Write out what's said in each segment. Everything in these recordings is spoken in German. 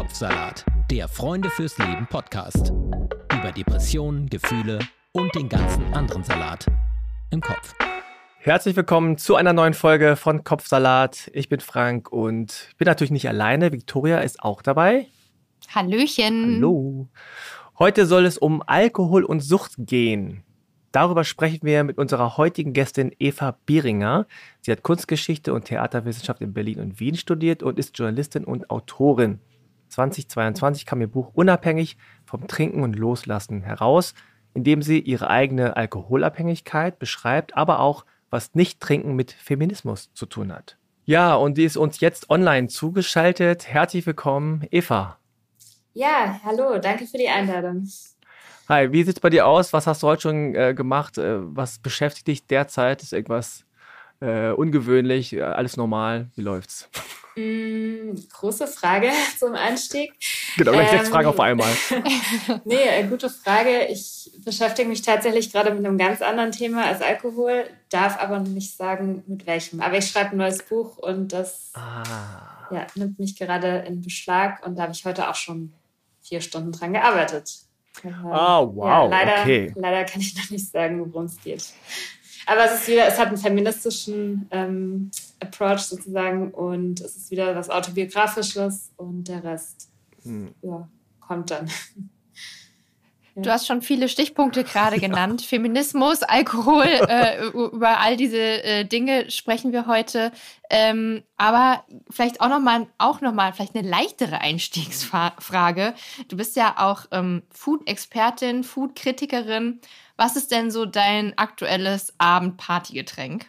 Kopfsalat, der Freunde fürs Leben Podcast. Über Depressionen, Gefühle und den ganzen anderen Salat im Kopf. Herzlich willkommen zu einer neuen Folge von Kopfsalat. Ich bin Frank und bin natürlich nicht alleine. Viktoria ist auch dabei. Hallöchen. Hallo. Heute soll es um Alkohol und Sucht gehen. Darüber sprechen wir mit unserer heutigen Gästin Eva Bieringer. Sie hat Kunstgeschichte und Theaterwissenschaft in Berlin und Wien studiert und ist Journalistin und Autorin. 2022 kam ihr Buch Unabhängig vom Trinken und Loslassen heraus, in dem sie ihre eigene Alkoholabhängigkeit beschreibt, aber auch, was Nicht-Trinken mit Feminismus zu tun hat. Ja, und die ist uns jetzt online zugeschaltet. Herzlich willkommen, Eva. Ja, hallo, danke für die Einladung. Hi, wie sieht's bei dir aus? Was hast du heute schon gemacht? Was beschäftigt dich derzeit? Ist irgendwas ungewöhnlich? Alles normal? Wie läuft's? Große Frage zum Einstieg. Genau, gleich 6 Fragen auf einmal. Nee, gute Frage. Ich beschäftige mich tatsächlich gerade mit einem ganz anderen Thema als Alkohol, darf aber nicht sagen, mit welchem. Aber ich schreibe ein neues Buch und das nimmt mich gerade in Beschlag und da habe ich heute auch schon 4 Stunden dran gearbeitet. Wow, ja, okay. Leider kann ich noch nicht sagen, worum es geht. Aber es hat einen feministischen Approach sozusagen und es ist wieder was Autobiografisches und der Rest kommt dann. Du hast schon viele Stichpunkte gerade genannt. Feminismus, Alkohol, über all diese Dinge sprechen wir heute. Aber vielleicht auch nochmal vielleicht eine leichtere Einstiegsfrage. Du bist ja auch Food-Expertin, Food-Kritikerin. Was ist denn so dein aktuelles Abendpartygetränk?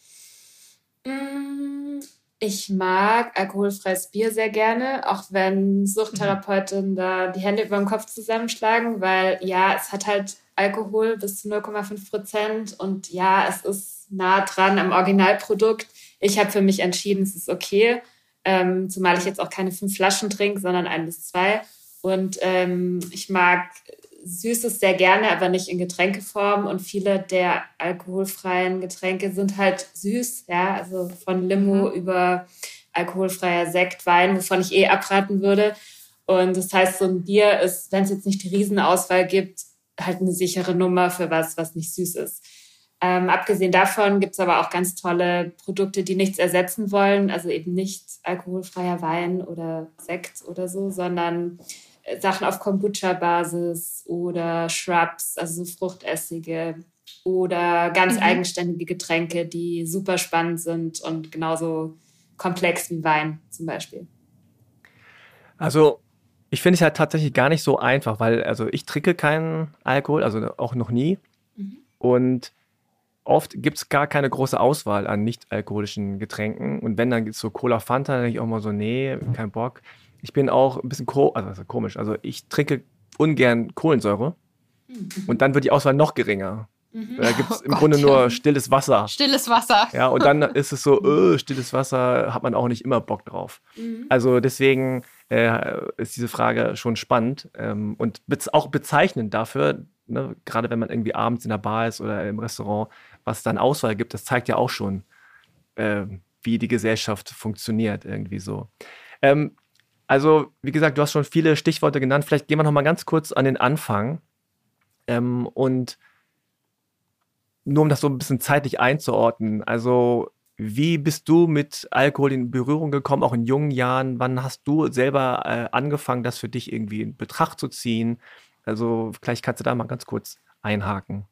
Ich mag alkoholfreies Bier sehr gerne, auch wenn Suchttherapeuten da die Hände über dem Kopf zusammenschlagen, weil ja, es hat halt Alkohol bis zu 0,5% und ja, es ist nah dran am Originalprodukt. Ich habe für mich entschieden, es ist okay, zumal ich jetzt auch keine 5 Flaschen trinke, sondern 1 bis 2. Und ich mag Süßes sehr gerne, aber nicht in Getränkeform. Und viele der alkoholfreien Getränke sind halt süß, ja, also von Limo über alkoholfreier Sekt, Wein, wovon ich abraten würde. Und das heißt, so ein Bier ist, wenn es jetzt nicht die Riesenauswahl gibt, halt eine sichere Nummer für was nicht süß ist. Abgesehen davon gibt es aber auch ganz tolle Produkte, die nichts ersetzen wollen, also eben nicht alkoholfreier Wein oder Sekt oder so, sondern Sachen auf Kombucha-Basis oder Shrubs, also so Fruchtessige oder ganz eigenständige Getränke, die super spannend sind und genauso komplex wie Wein zum Beispiel. Also ich finde es halt tatsächlich gar nicht so einfach, weil ich trinke keinen Alkohol, also auch noch nie. Und oft gibt es gar keine große Auswahl an nicht-alkoholischen Getränken. Und wenn, dann gibt es so Cola Fanta, dann denke ich auch mal so, nee, kein Bock. Ich bin auch ein bisschen komisch. Also ich trinke ungern Kohlensäure und dann wird die Auswahl noch geringer. Da gibt es im Grunde nur stilles Wasser. Stilles Wasser. Ja, und dann ist es so, stilles Wasser hat man auch nicht immer Bock drauf. Also deswegen ist diese Frage schon spannend und auch bezeichnend dafür, ne, gerade wenn man irgendwie abends in der Bar ist oder im Restaurant, was es dann Auswahl gibt, das zeigt ja auch schon, wie die Gesellschaft funktioniert irgendwie so. Also, wie gesagt, du hast schon viele Stichworte genannt. Vielleicht gehen wir noch mal ganz kurz an den Anfang. Und nur um das so ein bisschen zeitlich einzuordnen. Also, wie bist du mit Alkohol in Berührung gekommen, auch in jungen Jahren? Wann hast du selber angefangen, das für dich irgendwie in Betracht zu ziehen? Also, vielleicht kannst du da mal ganz kurz einhaken.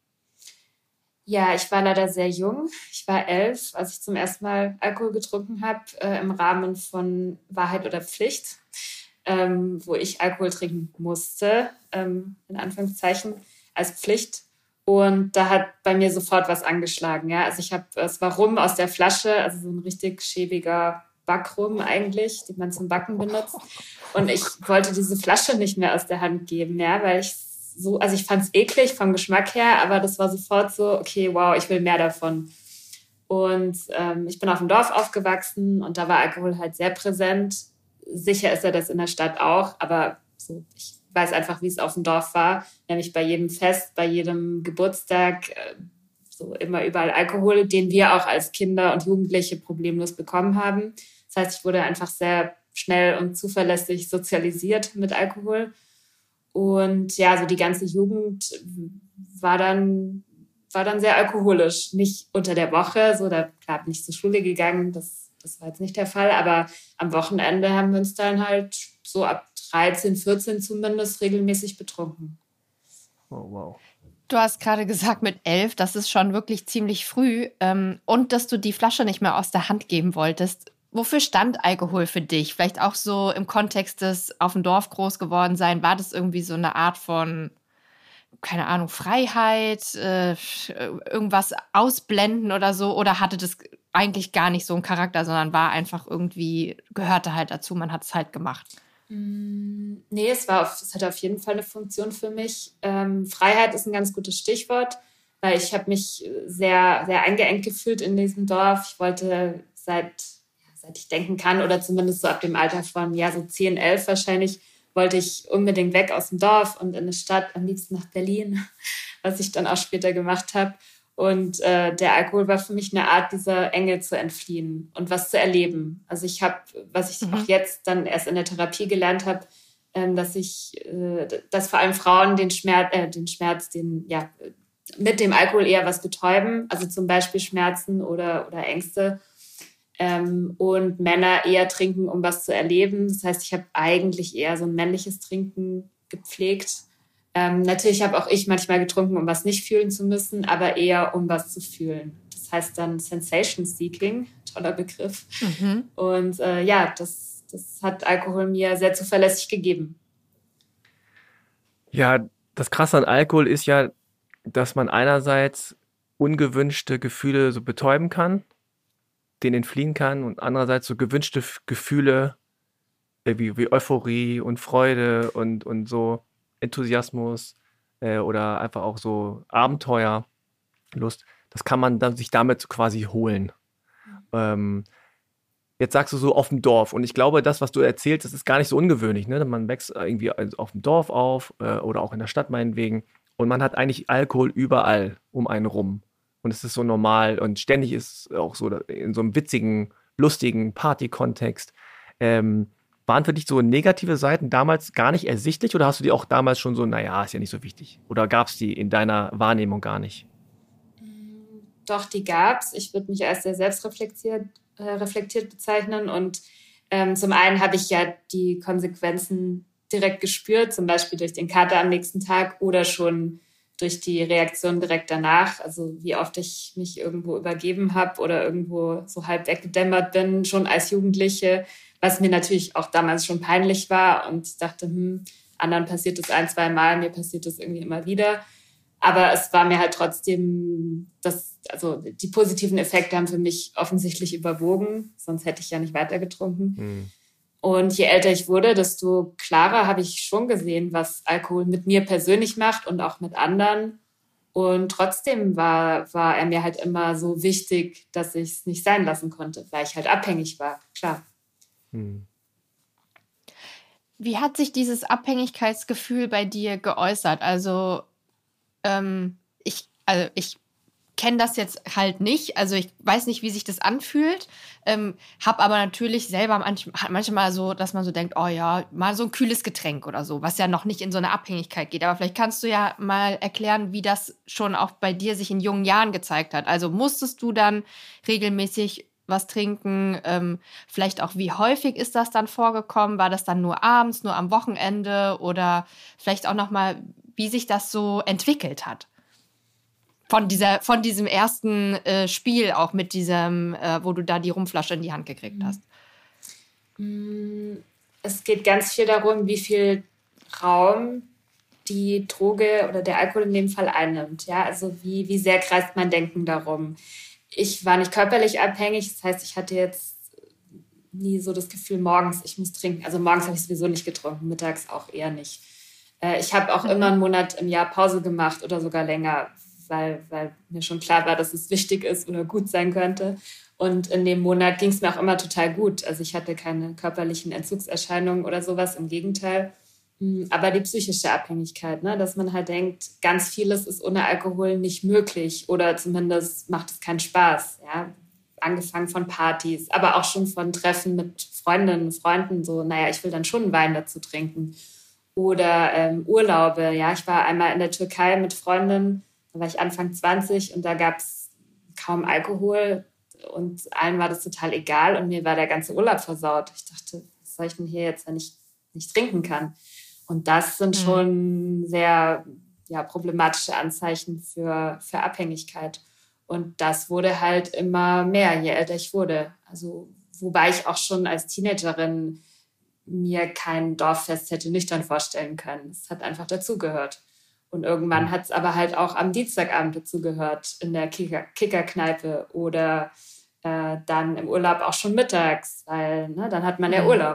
Ja, ich war leider sehr jung. Ich war 11, als ich zum ersten Mal Alkohol getrunken habe, im Rahmen von Wahrheit oder Pflicht, wo ich Alkohol trinken musste, in Anführungszeichen, als Pflicht. Und da hat bei mir sofort was angeschlagen. Ja? Also es war Rum aus der Flasche, also so ein richtig schäbiger Backrum eigentlich, den man zum Backen benutzt. Und ich wollte diese Flasche nicht mehr aus der Hand geben, ja, weil ich fand es eklig vom Geschmack her, aber das war sofort so, okay, wow, ich will mehr davon. Und ich bin auf dem Dorf aufgewachsen und da war Alkohol halt sehr präsent. Sicher ist das in der Stadt auch, aber so, ich weiß einfach, wie es auf dem Dorf war. Nämlich bei jedem Fest, bei jedem Geburtstag, so immer überall Alkohol, den wir auch als Kinder und Jugendliche problemlos bekommen haben. Das heißt, ich wurde einfach sehr schnell und zuverlässig sozialisiert mit Alkohol. Und ja, so die ganze Jugend war dann sehr alkoholisch. Nicht unter der Woche, so da klar bin ich zur Schule gegangen, das war jetzt nicht der Fall, aber am Wochenende haben wir uns dann halt so ab 13, 14 zumindest regelmäßig betrunken. Oh, wow. Du hast gerade gesagt mit 11, das ist schon wirklich ziemlich früh, und dass du die Flasche nicht mehr aus der Hand geben wolltest. Wofür stand Alkohol für dich? Vielleicht auch so im Kontext des auf dem Dorf groß geworden sein. War das irgendwie so eine Art von, keine Ahnung, Freiheit, irgendwas ausblenden oder so? Oder hatte das eigentlich gar nicht so einen Charakter, sondern war einfach irgendwie, gehörte halt dazu, man hat es halt gemacht? Nee, es hatte auf jeden Fall eine Funktion für mich. Freiheit ist ein ganz gutes Stichwort, weil ich habe mich sehr, sehr eingeengt gefühlt in diesem Dorf. Ich wollte seit ich denken kann oder zumindest so ab dem Alter von so 10, 11 wahrscheinlich, wollte ich unbedingt weg aus dem Dorf und in eine Stadt, am liebsten nach Berlin, was ich dann auch später gemacht habe. Und der Alkohol war für mich eine Art, dieser Enge zu entfliehen und was zu erleben. Also ich habe, was ich auch jetzt dann erst in der Therapie gelernt habe, dass vor allem Frauen den Schmerz, mit dem Alkohol eher was betäuben, also zum Beispiel Schmerzen oder Ängste. Und Männer eher trinken, um was zu erleben. Das heißt, ich habe eigentlich eher so ein männliches Trinken gepflegt. Natürlich habe auch ich manchmal getrunken, um was nicht fühlen zu müssen, aber eher, um was zu fühlen. Das heißt dann Sensation Seeking, toller Begriff. Und das hat Alkohol mir sehr zuverlässig gegeben. Ja, das Krasse an Alkohol ist ja, dass man einerseits ungewünschte Gefühle so betäuben kann, denen entfliehen kann und andererseits so gewünschte Gefühle wie Euphorie und Freude und so Enthusiasmus oder einfach auch so Abenteuer, Lust, das kann man dann sich damit quasi holen. Jetzt sagst du so auf dem Dorf und ich glaube, das, was du erzählst, das ist gar nicht so ungewöhnlich. Ne? Man wächst irgendwie auf dem Dorf auf oder auch in der Stadt meinetwegen und man hat eigentlich Alkohol überall um einen rum. Und es ist so normal und ständig ist es auch so in so einem witzigen, lustigen Party-Kontext. Waren für dich so negative Seiten damals gar nicht ersichtlich oder hast du die auch damals schon so, naja, ist ja nicht so wichtig? Oder gab es die in deiner Wahrnehmung gar nicht? Doch, die gab's. Ich würde mich als sehr selbstreflektiert bezeichnen. Und zum einen habe ich ja die Konsequenzen direkt gespürt, zum Beispiel durch den Kater am nächsten Tag oder schon durch die Reaktion direkt danach, also wie oft ich mich irgendwo übergeben habe oder irgendwo so halb weggedämmert bin, schon als Jugendliche, was mir natürlich auch damals schon peinlich war und ich dachte, anderen passiert das 1, 2 Mal, mir passiert das irgendwie immer wieder. Aber es war mir halt trotzdem, die positiven Effekte haben für mich offensichtlich überwogen, sonst hätte ich ja nicht weiter getrunken. Und je älter ich wurde, desto klarer habe ich schon gesehen, was Alkohol mit mir persönlich macht und auch mit anderen. Und trotzdem war er mir halt immer so wichtig, dass ich es nicht sein lassen konnte, weil ich halt abhängig war, klar. Wie hat sich dieses Abhängigkeitsgefühl bei dir geäußert? Also ich kenne das jetzt halt nicht. Also ich weiß nicht, wie sich das anfühlt. Hab aber natürlich selber manchmal so, dass man so denkt, oh ja, mal so ein kühles Getränk oder so, was ja noch nicht in so eine Abhängigkeit geht. Aber vielleicht kannst du ja mal erklären, wie das schon auch bei dir sich in jungen Jahren gezeigt hat. Also musstest du dann regelmäßig was trinken? Vielleicht auch, wie häufig ist das dann vorgekommen? War das dann nur abends, nur am Wochenende? Oder vielleicht auch noch mal, wie sich das so entwickelt hat? Von diesem ersten Spiel auch mit diesem, wo du da die Rumflasche in die Hand gekriegt hast. Es geht ganz viel darum, wie viel Raum die Droge oder der Alkohol in dem Fall einnimmt. Ja? Also wie sehr kreist mein Denken darum. Ich war nicht körperlich abhängig, das heißt, ich hatte jetzt nie so das Gefühl, morgens, ich muss trinken. Also morgens habe ich sowieso nicht getrunken, mittags auch eher nicht. Ich habe auch immer einen Monat im Jahr Pause gemacht oder sogar länger, weil mir schon klar war, dass es wichtig ist oder gut sein könnte. Und in dem Monat ging es mir auch immer total gut. Also ich hatte keine körperlichen Entzugserscheinungen oder sowas, im Gegenteil. Aber die psychische Abhängigkeit, ne? Dass man halt denkt, ganz vieles ist ohne Alkohol nicht möglich oder zumindest macht es keinen Spaß. Ja? angefangen von Partys, aber auch schon von Treffen mit Freundinnen und Freunden, so, naja, ich will dann schon einen Wein dazu trinken. Oder Urlaube, ja, ich war einmal in der Türkei mit Freundinnen, da war ich Anfang 20 und da gab es kaum Alkohol und allen war das total egal und mir war der ganze Urlaub versaut. Ich dachte, was soll ich denn hier jetzt, wenn ich nicht trinken kann? Und das sind schon sehr problematische Anzeichen für Abhängigkeit. Und das wurde halt immer mehr, je älter ich wurde. Also, wobei ich auch schon als Teenagerin mir kein Dorffest hätte nüchtern vorstellen können. Es hat einfach dazugehört. Und irgendwann hat es aber halt auch am Dienstagabend dazugehört, in der Kickerkneipe oder dann im Urlaub auch schon mittags, weil dann hat man ja Urlaub.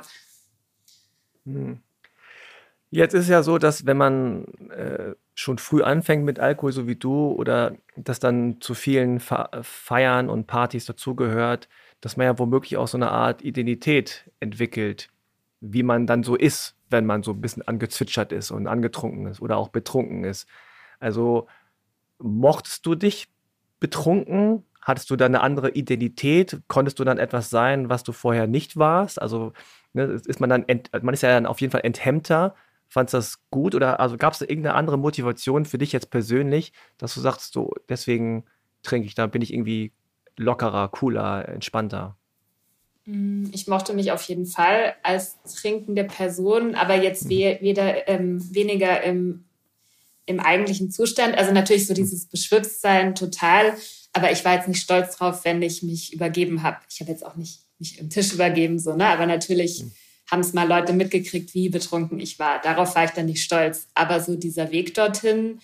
Jetzt ist es ja so, dass wenn man schon früh anfängt mit Alkohol, so wie du, oder dass dann zu vielen Feiern und Partys dazugehört, dass man ja womöglich auch so eine Art Identität entwickelt, wie man dann so ist, wenn man so ein bisschen angezwitschert ist und angetrunken ist oder auch betrunken ist. Also mochtest du dich betrunken? Hattest du dann eine andere Identität? Konntest du dann etwas sein, was du vorher nicht warst? Also ist man dann, man ist ja dann auf jeden Fall enthemmter. Fandest du das gut oder also gab es da irgendeine andere Motivation für dich jetzt persönlich, dass du sagst, so deswegen trinke ich, da bin ich irgendwie lockerer, cooler, entspannter? Ich mochte mich auf jeden Fall als trinkende Person, aber jetzt weniger im eigentlichen Zustand. Also natürlich so dieses Beschwipstsein total, aber ich war jetzt nicht stolz drauf, wenn ich mich übergeben habe. Ich habe jetzt auch nicht mich im Tisch übergeben, so, ne? Aber natürlich haben es mal Leute mitgekriegt, wie betrunken ich war. Darauf war ich dann nicht stolz. Aber so dieser Weg dorthin,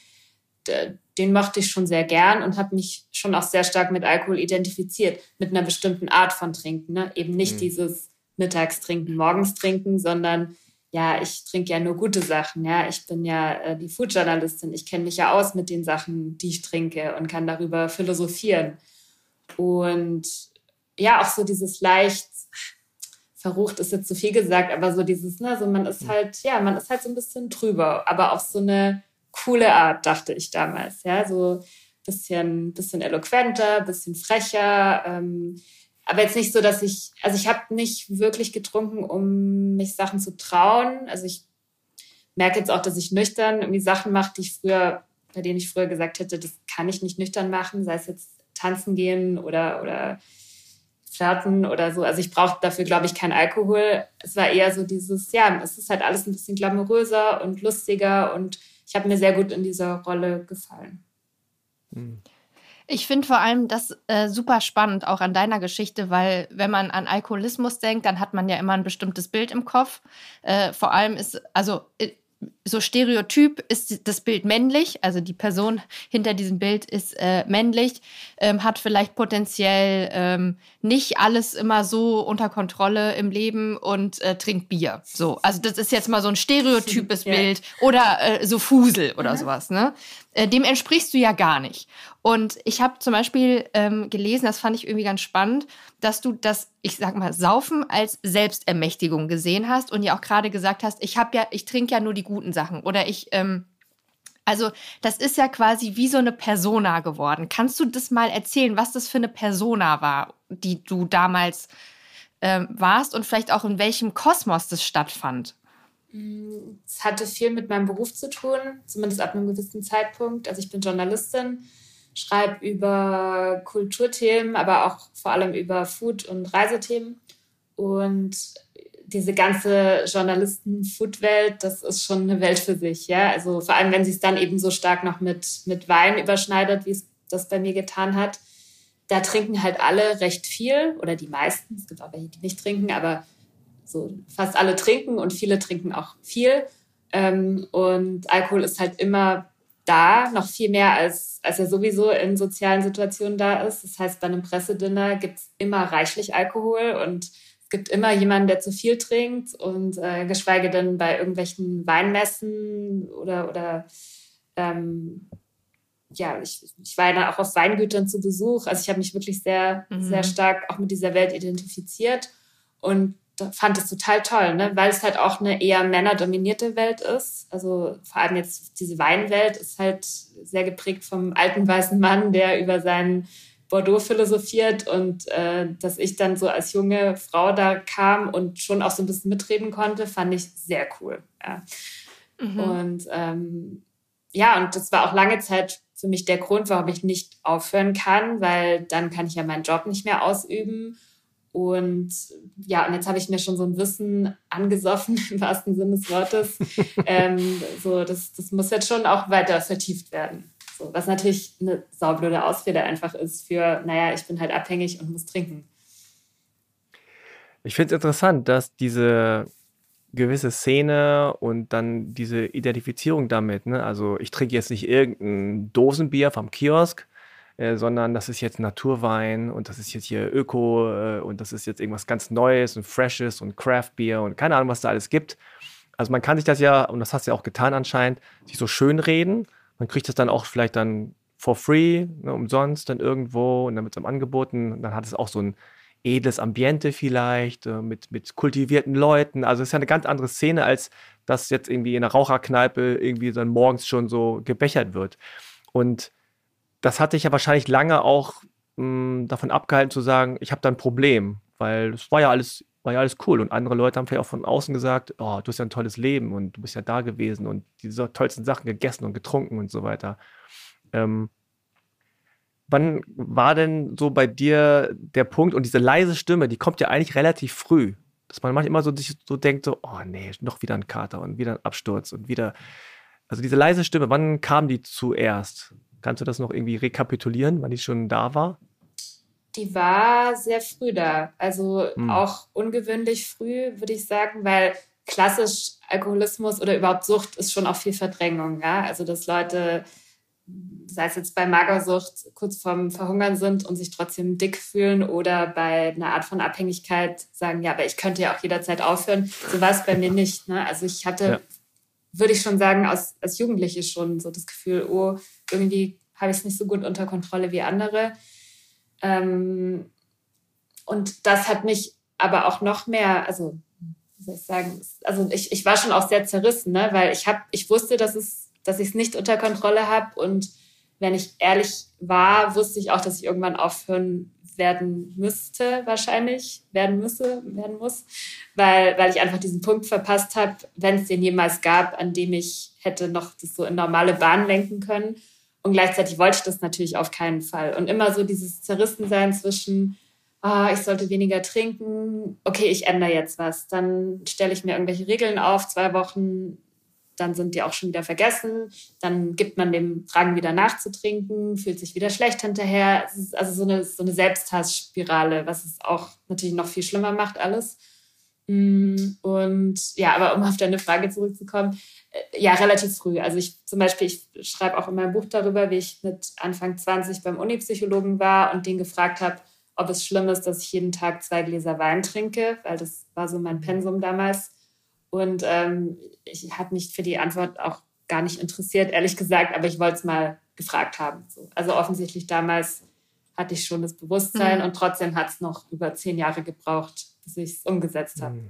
den mochte ich schon sehr gern und habe mich schon auch sehr stark mit Alkohol identifiziert, mit einer bestimmten Art von Trinken. Ne? Eben nicht dieses Mittagstrinken, morgens trinken, sondern ja, ich trinke ja nur gute Sachen. Ja? Ich bin ja die Foodjournalistin. Ich kenne mich ja aus mit den Sachen, die ich trinke und kann darüber philosophieren. Und ja, auch so dieses leicht, verrucht ist jetzt zu viel gesagt, aber so dieses, ne, so man ist halt so ein bisschen drüber, aber auf so eine coole Art, dachte ich damals, ja, so bisschen eloquenter, bisschen frecher, aber jetzt nicht so, dass ich habe nicht wirklich getrunken, um mich Sachen zu trauen, also ich merke jetzt auch, dass ich nüchtern irgendwie Sachen mache, bei denen ich früher gesagt hätte, das kann ich nicht nüchtern machen, sei es jetzt tanzen gehen oder flirten oder so. Also ich brauche dafür, glaube ich, keinen Alkohol. Es war eher so dieses, ja, es ist halt alles ein bisschen glamouröser und lustiger und ich habe mir sehr gut in dieser Rolle gefallen. Ich finde vor allem das super spannend, auch an deiner Geschichte, weil wenn man an Alkoholismus denkt, dann hat man ja immer ein bestimmtes Bild im Kopf. Vor allem so stereotyp ist das Bild männlich, also die Person hinter diesem Bild ist männlich, hat vielleicht potenziell nicht alles immer so unter Kontrolle im Leben und trinkt Bier. So, also das ist jetzt mal so ein stereotypes Bild oder so Fusel oder sowas, ne? Dem entsprichst du ja gar nicht. Und ich habe zum Beispiel gelesen, das fand ich irgendwie ganz spannend, dass du das, ich sag mal, Saufen als Selbstermächtigung gesehen hast und ja auch gerade gesagt hast, ich trinke ja nur die guten Sachen oder also das ist ja quasi wie so eine Persona geworden. Kannst du das mal erzählen, was das für eine Persona war, die du damals warst und vielleicht auch in welchem Kosmos das stattfand? Es hatte viel mit meinem Beruf zu tun, zumindest ab einem gewissen Zeitpunkt. Also ich bin Journalistin, schreibe über Kulturthemen, aber auch vor allem über Food- und Reisethemen. Und diese ganze Journalisten-Food-Welt, das ist schon eine Welt für sich. Ja? Also vor allem, wenn sie es dann eben so stark noch mit Wein überschneidet, wie es das bei mir getan hat. Da trinken halt alle recht viel oder die meisten. Es gibt auch welche, die nicht trinken, aber so fast alle trinken und viele trinken auch viel. Und Alkohol ist halt immer da, noch viel mehr, als er sowieso in sozialen Situationen da ist. Das heißt, bei einem Pressedinner gibt es immer reichlich Alkohol und es gibt immer jemanden, der zu viel trinkt und geschweige denn bei irgendwelchen Weinmessen oder ich war ja dann auch auf Weingütern zu Besuch. Also ich habe mich wirklich sehr, sehr stark auch mit dieser Welt identifiziert und fand es total toll, ne? Weil es halt auch eine eher männerdominierte Welt ist. Also vor allem jetzt diese Weinwelt ist halt sehr geprägt vom alten weißen Mann, der über seinen Bordeaux philosophiert und dass ich dann so als junge Frau da kam und schon auch so ein bisschen mitreden konnte, fand ich sehr cool. Ja. Und und das war auch lange Zeit für mich der Grund, warum ich nicht aufhören kann, weil dann kann ich ja meinen Job nicht mehr ausüben. Und ja, und jetzt habe ich mir schon so ein Wissen angesoffen, im wahrsten Sinne des Wortes. Das muss jetzt schon auch weiter vertieft werden. So, was natürlich eine saublöde Ausrede einfach ist für, ich bin halt abhängig und muss trinken. Ich finde es interessant, dass diese gewisse Szene und dann diese Identifizierung damit, ne? Also ich trinke jetzt nicht irgendein Dosenbier vom Kiosk, sondern das ist jetzt Naturwein und das ist jetzt hier Öko und das ist jetzt irgendwas ganz Neues und Freshes und Craft-Bier und keine Ahnung, was da alles gibt. Also man kann sich das ja, und das hast du ja auch getan anscheinend, sich so schön reden. Man kriegt das dann auch vielleicht dann for free, ne, umsonst dann irgendwo und dann wird es angeboten. Dann hat es auch so ein edles Ambiente vielleicht, mit kultivierten Leuten. Also es ist ja eine ganz andere Szene, als das jetzt irgendwie in einer Raucherkneipe irgendwie dann morgens schon so gebechert wird. Und das hat dich ja wahrscheinlich lange auch davon abgehalten zu sagen, ich habe da ein Problem, weil es war ja alles cool. Und andere Leute haben vielleicht auch von außen gesagt, oh, du hast ja ein tolles Leben und du bist ja da gewesen und diese tollsten Sachen gegessen und getrunken und so weiter. Wann war denn so bei dir der Punkt und diese leise Stimme, die kommt ja eigentlich relativ früh, dass man manchmal immer so sich so denkt, so, oh nee, noch wieder ein Kater und wieder ein Absturz und wieder, also diese leise Stimme, wann kam die zuerst? Kannst du das noch irgendwie rekapitulieren, wann die schon da war? Die war sehr früh da, also auch ungewöhnlich früh, würde ich sagen, weil klassisch Alkoholismus oder überhaupt Sucht ist schon auch viel Verdrängung, ja, also dass Leute, sei es jetzt bei Magersucht, kurz vorm Verhungern sind und sich trotzdem dick fühlen oder bei einer Art von Abhängigkeit sagen, ja, aber ich könnte ja auch jederzeit aufhören. So war es bei mir nicht. Ne? Also ich hatte, würde ich schon sagen, als Jugendliche schon so das Gefühl, oh, irgendwie habe ich es nicht so gut unter Kontrolle wie andere. Und das hat mich aber auch noch mehr, also wie soll ich sagen, also ich war schon auch sehr zerrissen, ne? Weil ich wusste, dass ich es nicht unter Kontrolle habe und wenn ich ehrlich war, wusste ich auch, dass ich irgendwann aufhören werden muss, weil ich einfach diesen Punkt verpasst habe, wenn es den jemals gab, an dem ich hätte noch das so in normale Bahn lenken können. Und gleichzeitig wollte ich das natürlich auf keinen Fall. Und immer so dieses Zerrissensein zwischen, ich sollte weniger trinken, okay, ich ändere jetzt was. Dann stelle ich mir irgendwelche Regeln auf, 2 Wochen, dann sind die auch schon wieder vergessen. Dann gibt man dem Drang wieder nachzutrinken, fühlt sich wieder schlecht hinterher. Es ist also so eine Selbsthassspirale, was es auch natürlich noch viel schlimmer macht alles. Und ja, aber um auf deine Frage zurückzukommen, ja, relativ früh. Also ich schreibe auch in meinem Buch darüber, wie ich mit Anfang 20 beim Unipsychologen war und den gefragt habe, ob es schlimm ist, dass ich jeden Tag 2 Gläser Wein trinke, weil das war so mein Pensum damals. Und ich habe mich für die Antwort auch gar nicht interessiert, ehrlich gesagt, aber ich wollte es mal gefragt haben. So. Also offensichtlich damals hatte ich schon das Bewusstsein und trotzdem hat es noch über 10 Jahre gebraucht, bis ich es umgesetzt habe.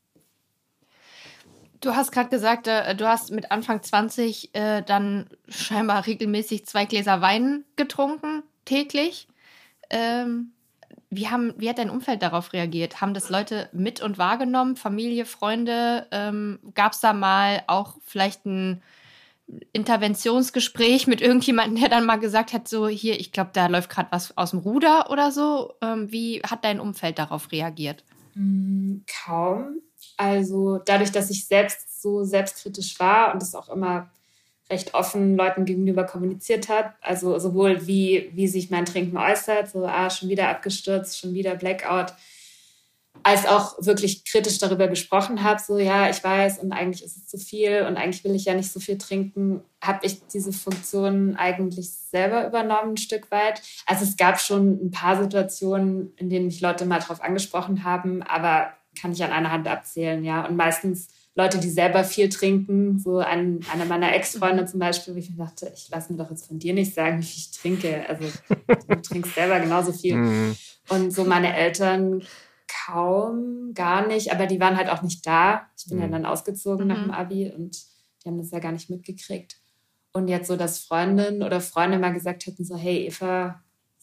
Du hast gerade gesagt, du hast mit Anfang 20 dann scheinbar regelmäßig 2 Gläser Wein getrunken, täglich. Wie hat dein Umfeld darauf reagiert? Haben das Leute mit und wahrgenommen? Familie, Freunde? Gab es da mal auch vielleicht ein Interventionsgespräch mit irgendjemandem, der dann mal gesagt hat, so hier, ich glaube, da läuft gerade was aus dem Ruder oder so? Wie hat dein Umfeld darauf reagiert? Kaum. Also dadurch, dass ich selbst so selbstkritisch war und es auch immer recht offen Leuten gegenüber kommuniziert hat, also sowohl wie sich mein Trinken äußert, so schon wieder abgestürzt, schon wieder Blackout, als auch wirklich kritisch darüber gesprochen habe, so ja, ich weiß und eigentlich ist es zu viel und eigentlich will ich ja nicht so viel trinken, habe ich diese Funktion eigentlich selber übernommen ein Stück weit. Also es gab schon ein paar Situationen, in denen mich Leute mal drauf angesprochen haben, aber kann ich an einer Hand abzählen, ja. Und meistens Leute, die selber viel trinken, so eine meiner Ex-Freunde zum Beispiel, wo ich mir dachte, ich lasse mir doch jetzt von dir nicht sagen, wie viel ich trinke. Also du trinkst selber genauso viel. Und so meine Eltern kaum, gar nicht, aber die waren halt auch nicht da. Ich bin ja dann ausgezogen nach dem Abi und die haben das ja gar nicht mitgekriegt. Und jetzt so, dass Freundinnen oder Freunde mal gesagt hätten, so hey Eva, es ist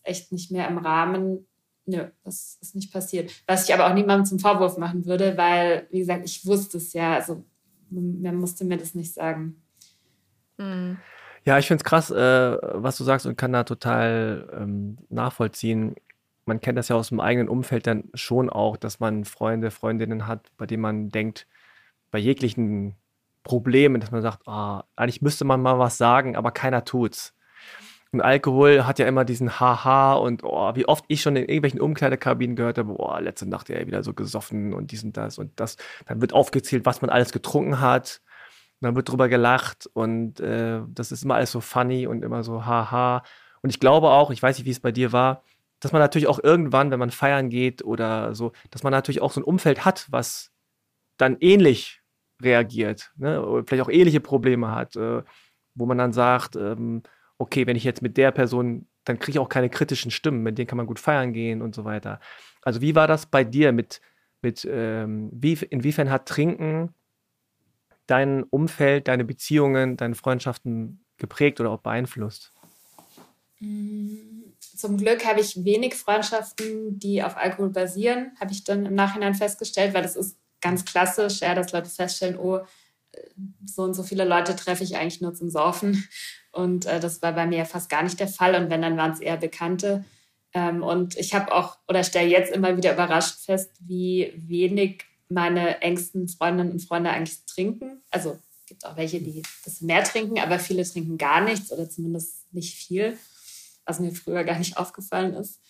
echt nicht mehr im Rahmen. Nö, das ist nicht passiert. Was ich aber auch niemandem zum Vorwurf machen würde, weil, wie gesagt, ich wusste es ja. Also man musste mir das nicht sagen. Ja, ich finde es krass, was du sagst und kann da total nachvollziehen. Man kennt das ja aus dem eigenen Umfeld dann schon auch, dass man Freunde, Freundinnen hat, bei denen man denkt, bei jeglichen Problemen, dass man sagt, eigentlich müsste man mal was sagen, aber keiner tut's. Und Alkohol hat ja immer diesen Haha und wie oft ich schon in irgendwelchen Umkleidekabinen gehört habe, letzte Nacht ja wieder so gesoffen und dies und das und das. Dann wird aufgezählt, was man alles getrunken hat. Und dann wird drüber gelacht und das ist immer alles so funny und immer so Haha. Und ich glaube auch, ich weiß nicht, wie es bei dir war, dass man natürlich auch irgendwann, wenn man feiern geht oder so, dass man natürlich auch so ein Umfeld hat, was dann ähnlich reagiert, ne? Oder vielleicht auch ähnliche Probleme hat, wo man dann sagt, okay, wenn ich jetzt mit der Person, dann kriege ich auch keine kritischen Stimmen, mit denen kann man gut feiern gehen und so weiter. Also wie war das bei dir inwiefern hat Trinken dein Umfeld, deine Beziehungen, deine Freundschaften geprägt oder auch beeinflusst? Zum Glück habe ich wenig Freundschaften, die auf Alkohol basieren, habe ich dann im Nachhinein festgestellt, weil das ist ganz klassisch, ja, dass Leute feststellen, so und so viele Leute treffe ich eigentlich nur zum Saufen. Und das war bei mir fast gar nicht der Fall. Und wenn, dann waren es eher Bekannte. Und ich habe auch, oder stelle jetzt immer wieder überrascht fest, wie wenig meine engsten Freundinnen und Freunde eigentlich trinken. Also es gibt auch welche, die ein bisschen mehr trinken, aber viele trinken gar nichts oder zumindest nicht viel, was mir früher gar nicht aufgefallen ist.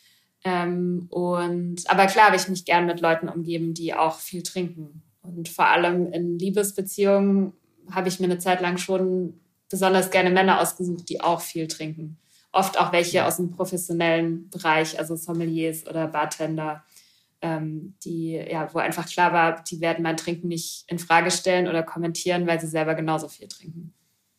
Aber klar habe ich mich gern mit Leuten umgeben, die auch viel trinken. Und vor allem in Liebesbeziehungen habe ich mir eine Zeit lang schon besonders gerne Männer ausgesucht, die auch viel trinken. Oft auch welche aus dem professionellen Bereich, also Sommeliers oder Bartender, wo einfach klar war, die werden mein Trinken nicht in Frage stellen oder kommentieren, weil sie selber genauso viel trinken.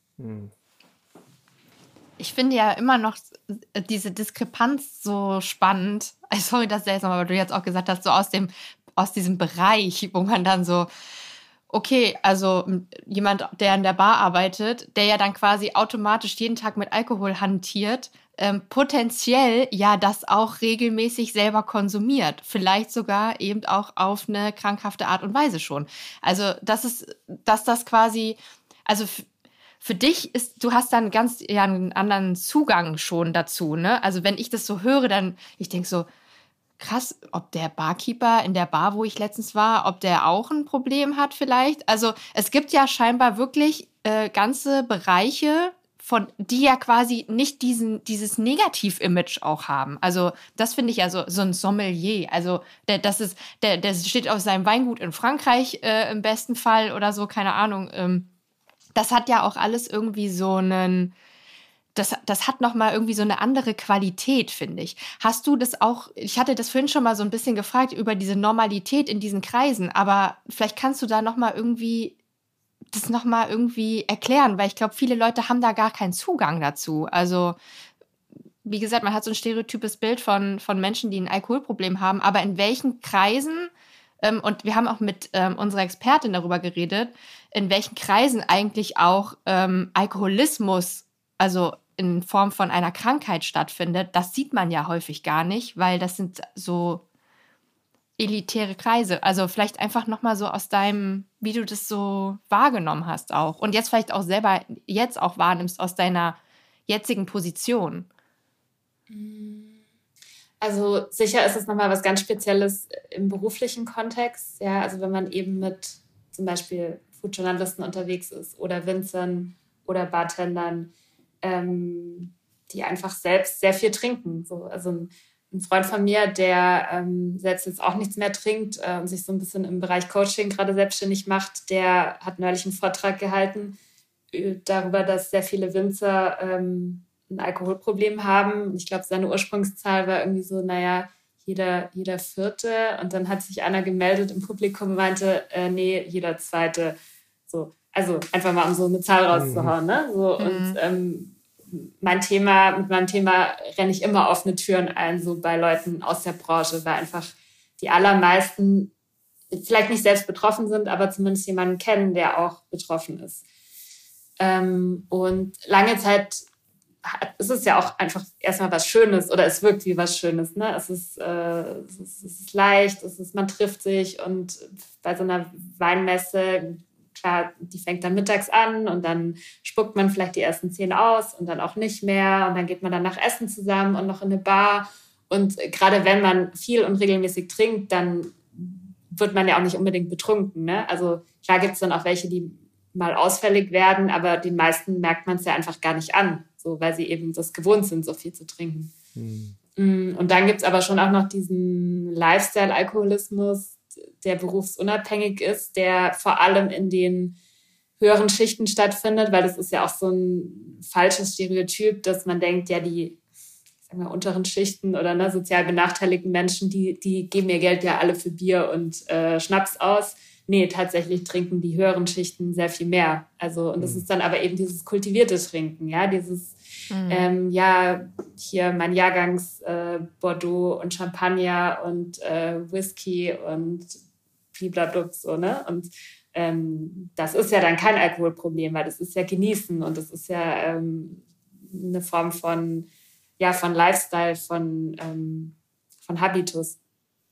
Ich finde ja immer noch diese Diskrepanz so spannend. Sorry, dass ich aber du jetzt auch gesagt hast, so aus diesem Bereich, wo man dann so, okay, also jemand, der in der Bar arbeitet, der ja dann quasi automatisch jeden Tag mit Alkohol hantiert, potenziell ja das auch regelmäßig selber konsumiert. Vielleicht sogar eben auch auf eine krankhafte Art und Weise schon. Also dass das quasi, also für dich du hast dann einen anderen Zugang schon dazu, ne? Also wenn ich das so höre, dann, ich denke so, krass, ob der Barkeeper in der Bar, wo ich letztens war, ob der auch ein Problem hat vielleicht. Also es gibt ja scheinbar wirklich ganze Bereiche, die ja quasi nicht dieses Negativ-Image auch haben. Also das finde ich ja so ein Sommelier. Also der steht auf seinem Weingut in Frankreich im besten Fall oder so, keine Ahnung. Das hat ja auch alles irgendwie so einen... Das hat nochmal irgendwie so eine andere Qualität, finde ich. Hast du das auch, ich hatte das vorhin schon mal so ein bisschen gefragt über diese Normalität in diesen Kreisen, aber vielleicht kannst du da nochmal irgendwie erklären, weil ich glaube, viele Leute haben da gar keinen Zugang dazu. Also, wie gesagt, man hat so ein stereotypes Bild von Menschen, die ein Alkoholproblem haben, aber in welchen Kreisen, und wir haben auch mit unserer Expertin darüber geredet, in welchen Kreisen eigentlich auch Alkoholismus, also in Form von einer Krankheit stattfindet, das sieht man ja häufig gar nicht, weil das sind so elitäre Kreise. Also vielleicht einfach nochmal so aus deinem, wie du das so wahrgenommen hast auch. Und jetzt vielleicht auch selber jetzt auch wahrnimmst aus deiner jetzigen Position. Also sicher ist es nochmal was ganz Spezielles im beruflichen Kontext. Ja, also wenn man eben mit zum Beispiel Foodjournalisten unterwegs ist oder Winzern oder Bartendern, die einfach selbst sehr viel trinken. So, also ein Freund von mir, der selbst jetzt auch nichts mehr trinkt und sich so ein bisschen im Bereich Coaching gerade selbstständig macht, der hat neulich einen Vortrag gehalten darüber, dass sehr viele Winzer ein Alkoholproblem haben. Ich glaube, seine Ursprungszahl war irgendwie so, jeder Vierte. Und dann hat sich einer gemeldet im Publikum und meinte, nee, jeder Zweite. So. Also einfach mal, um so eine Zahl rauszuhauen. Ne? So, und mit meinem Thema renne ich immer offene Türen ein, so bei Leuten aus der Branche, weil einfach die allermeisten vielleicht nicht selbst betroffen sind, aber zumindest jemanden kennen, der auch betroffen ist. Und lange Zeit es ist ja auch einfach erstmal was Schönes oder es wirkt wie was Schönes. Ne? Es ist leicht, man trifft sich und bei so einer Weinmesse, klar, die fängt dann mittags an und dann spuckt man vielleicht die ersten 10 aus und dann auch nicht mehr und dann geht man danach essen zusammen und noch in eine Bar. Und gerade wenn man viel und regelmäßig trinkt, dann wird man ja auch nicht unbedingt betrunken. Ne? Also klar gibt es dann auch welche, die mal ausfällig werden, aber den meisten merkt man es ja einfach gar nicht an, so, weil sie eben das gewohnt sind, so viel zu trinken. Und dann gibt es aber schon auch noch diesen Lifestyle-Alkoholismus, der berufsunabhängig ist, der vor allem in den höheren Schichten stattfindet, weil das ist ja auch so ein falsches Stereotyp, dass man denkt, ja, die sagen wir, unteren Schichten oder sozial benachteiligten Menschen, die geben ihr Geld ja alle für Bier und Schnaps aus. Nee, tatsächlich trinken die höheren Schichten sehr viel mehr. Also, und das ist dann aber eben dieses kultivierte Trinken, ja, dieses, hier mein Jahrgangs Bordeaux und Champagner und Whisky und blablabla, so, ne? Und das ist ja dann kein Alkoholproblem, weil das ist ja Genießen und das ist ja eine Form von Lifestyle, von Habitus.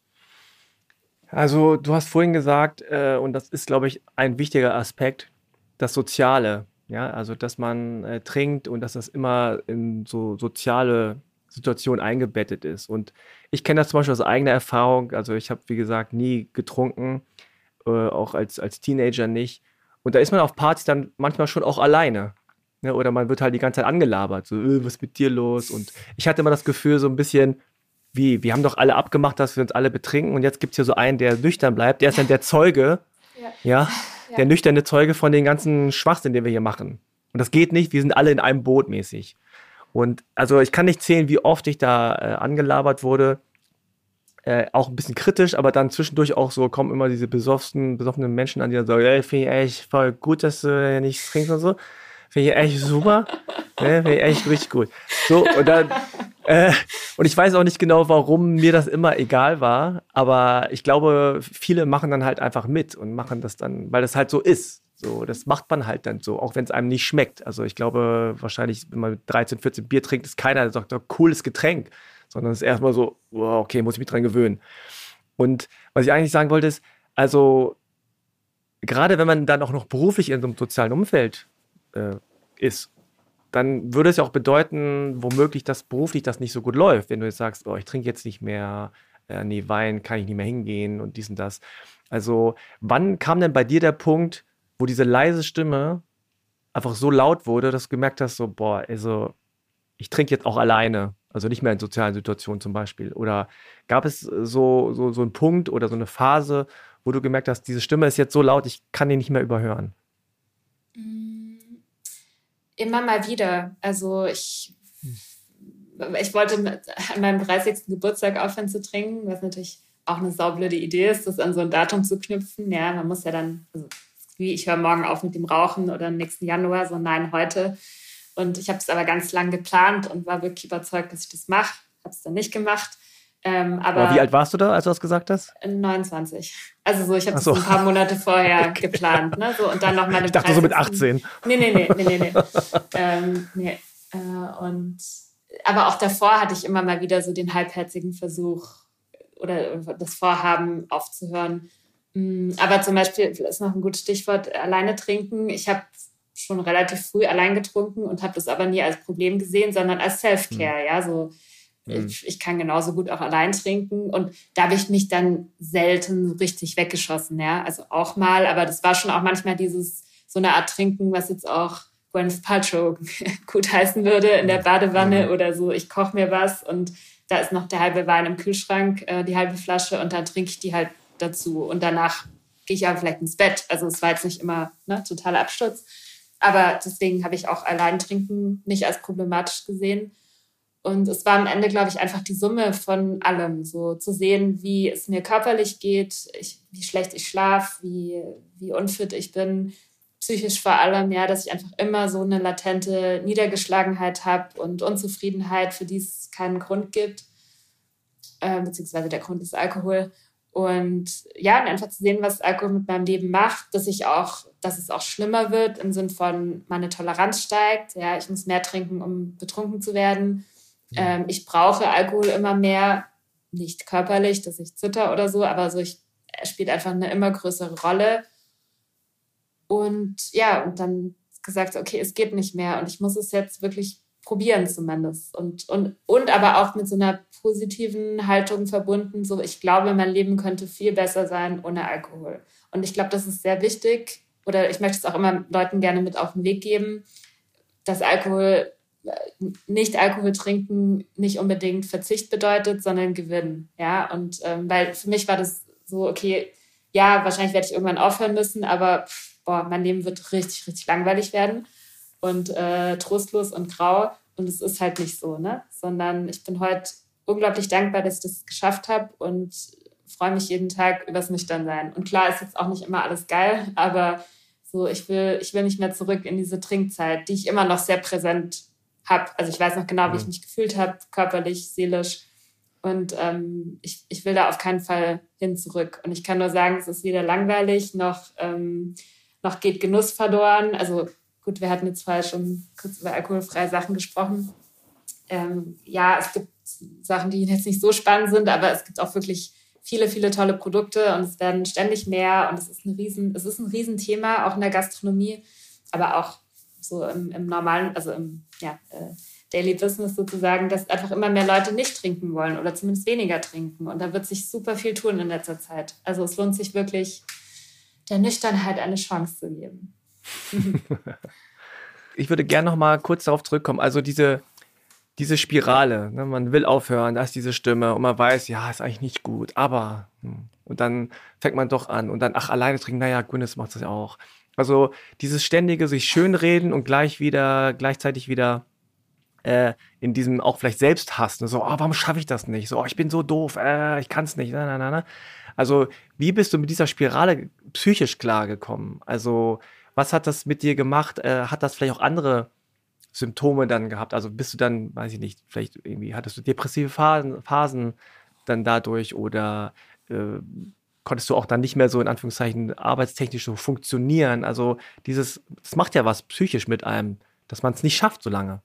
Also du hast vorhin gesagt, und das ist, glaube ich, ein wichtiger Aspekt, das Soziale. Ja, also dass man trinkt und dass das immer in so soziale Situationen eingebettet ist. Und ich kenne das zum Beispiel aus eigener Erfahrung. Also ich habe, wie gesagt, nie getrunken, auch als Teenager nicht. Und da ist man auf Partys dann manchmal schon auch alleine. Ne? Oder man wird halt die ganze Zeit angelabert. So, was ist mit dir los? Und ich hatte immer das Gefühl, so ein bisschen, wir haben doch alle abgemacht, dass wir uns alle betrinken und jetzt gibt es hier so einen, der nüchtern bleibt, der ist dann der Zeuge, der nüchterne Zeuge von den ganzen Schwachsinn, den wir hier machen. Und das geht nicht, wir sind alle in einem Boot mäßig. Und also ich kann nicht zählen, wie oft ich da angelabert wurde, auch ein bisschen kritisch, aber dann zwischendurch auch so, kommen immer diese besoffenen Menschen an, die dann sagen, ey, finde ich echt voll gut, dass du nichts trinkst und so. Finde ich echt super. Finde ich echt richtig gut. So, und dann und ich weiß auch nicht genau, warum mir das immer egal war, aber ich glaube, viele machen dann halt einfach mit und machen das dann, weil das halt so ist. So, das macht man halt dann so, auch wenn es einem nicht schmeckt. Also ich glaube, wahrscheinlich, wenn man 13, 14 Bier trinkt, ist keiner, der sagt, oh, cooles Getränk, sondern es ist erstmal so, oh, okay, muss ich mich dran gewöhnen. Und was ich eigentlich sagen wollte ist, also gerade wenn man dann auch noch beruflich in so einem sozialen Umfeld ist, dann würde es ja auch bedeuten, womöglich, dass beruflich das nicht so gut läuft. Wenn du jetzt sagst, oh, ich trinke jetzt nicht mehr, Wein kann ich nicht mehr hingehen und dies und das. Also wann kam denn bei dir der Punkt, wo diese leise Stimme einfach so laut wurde, dass du gemerkt hast, so, boah, also ich trinke jetzt auch alleine, also nicht mehr in sozialen Situationen zum Beispiel. Oder gab es so einen Punkt oder so eine Phase, wo du gemerkt hast, diese Stimme ist jetzt so laut, ich kann die nicht mehr überhören? Immer mal wieder. Also ich wollte an meinem 30. Geburtstag aufhören zu trinken, was natürlich auch eine saublöde Idee ist, das an so ein Datum zu knüpfen. Ja, man muss ja dann, also wie ich höre morgen auf mit dem Rauchen oder im nächsten Januar, so nein, heute. Und ich habe es aber ganz lang geplant und war wirklich überzeugt, dass ich das mache. Habe es dann nicht gemacht. Aber wie alt warst du da, als du das gesagt hast? 29. Also so, ich habe das ein paar Monate vorher geplant. Ne? So, und dann noch meine ich dachte so mit 18. Nee. Aber auch davor hatte ich immer mal wieder so den halbherzigen Versuch oder das Vorhaben aufzuhören. Aber zum Beispiel, das ist noch ein gutes Stichwort, alleine trinken. Ich habe schon relativ früh allein getrunken und habe das aber nie als Problem gesehen, sondern als Self-Care. Ja, so ich kann genauso gut auch allein trinken und da habe ich mich dann selten richtig weggeschossen. Ja, also auch mal, aber das war schon auch manchmal so eine Art Trinken, was jetzt auch Gwyneth Paltrow gut heißen würde in der Badewanne oder so. Ich koche mir was und da ist noch der halbe Wein im Kühlschrank, die halbe Flasche und dann trinke ich die halt dazu und danach gehe ich aber vielleicht ins Bett. Also es war jetzt nicht immer totaler Absturz, aber deswegen habe ich auch Alleintrinken nicht als problematisch gesehen. Und es war am Ende, glaube ich, einfach die Summe von allem, so zu sehen, wie es mir körperlich geht, wie schlecht ich schlafe, wie unfit ich bin, psychisch vor allem, ja, dass ich einfach immer so eine latente Niedergeschlagenheit habe und Unzufriedenheit, für die es keinen Grund gibt, beziehungsweise der Grund ist Alkohol. Und ja, und einfach zu sehen, was Alkohol mit meinem Leben macht, dass es auch schlimmer wird im Sinn von, meine Toleranz steigt. Ja, ich muss mehr trinken, um betrunken zu werden. Ja. Ich brauche Alkohol immer mehr, nicht körperlich, dass ich zitter oder so, aber er spielt einfach eine immer größere Rolle. Und ja, und dann gesagt, okay, es geht nicht mehr und ich muss es jetzt wirklich probieren zumindest. Und aber auch mit so einer positiven Haltung verbunden, so ich glaube, mein Leben könnte viel besser sein ohne Alkohol. Und ich glaube, das ist sehr wichtig, oder ich möchte es auch immer Leuten gerne mit auf den Weg geben, dass nicht Alkohol trinken nicht unbedingt Verzicht bedeutet, sondern Gewinn. Ja, und weil für mich war das so, okay, ja, wahrscheinlich werde ich irgendwann aufhören müssen, aber mein Leben wird richtig, richtig langweilig werden und trostlos und grau. Und es ist halt nicht so, ne? Sondern ich bin heute unglaublich dankbar, dass ich das geschafft habe und freue mich jeden Tag übers Nüchternsein. Und klar ist jetzt auch nicht immer alles geil, aber so, ich will nicht mehr zurück in diese Trinkzeit, die ich immer noch sehr präsent habe. Also ich weiß noch genau, wie ich mich gefühlt habe, körperlich, seelisch. Und ich will da auf keinen Fall hin zurück. Und ich kann nur sagen, es ist weder langweilig, noch geht Genuss verloren. Also gut, wir hatten jetzt vorher schon kurz über alkoholfreie Sachen gesprochen. Ja, es gibt Sachen, die jetzt nicht so spannend sind, aber es gibt auch wirklich viele, viele tolle Produkte und es werden ständig mehr und es ist ein Riesenthema, auch in der Gastronomie, aber auch so im normalen, also im Daily Business sozusagen, dass einfach immer mehr Leute nicht trinken wollen oder zumindest weniger trinken. Und da wird sich super viel tun in letzter Zeit. Also es lohnt sich wirklich, der Nüchternheit eine Chance zu geben. Ich würde gerne noch mal kurz darauf zurückkommen. Also diese Spirale, ne? Man will aufhören, da ist diese Stimme und man weiß, ja, ist eigentlich nicht gut, aber und dann fängt man doch an und dann, alleine trinken, naja, Gwyneth macht das ja auch. Also dieses ständige sich schönreden und gleichzeitig wieder in diesem auch vielleicht Selbsthass, ne? So, warum schaffe ich das nicht? So, ich bin so doof, ich kann es nicht. Na. Also wie bist du mit dieser Spirale psychisch klargekommen? Also was hat das mit dir gemacht? Hat das vielleicht auch andere Symptome dann gehabt? Also bist du dann, weiß ich nicht, vielleicht irgendwie hattest du depressive Phasen dann dadurch oder konntest du auch dann nicht mehr so in Anführungszeichen arbeitstechnisch so funktionieren? Also das macht ja was psychisch mit einem, dass man es nicht schafft so lange.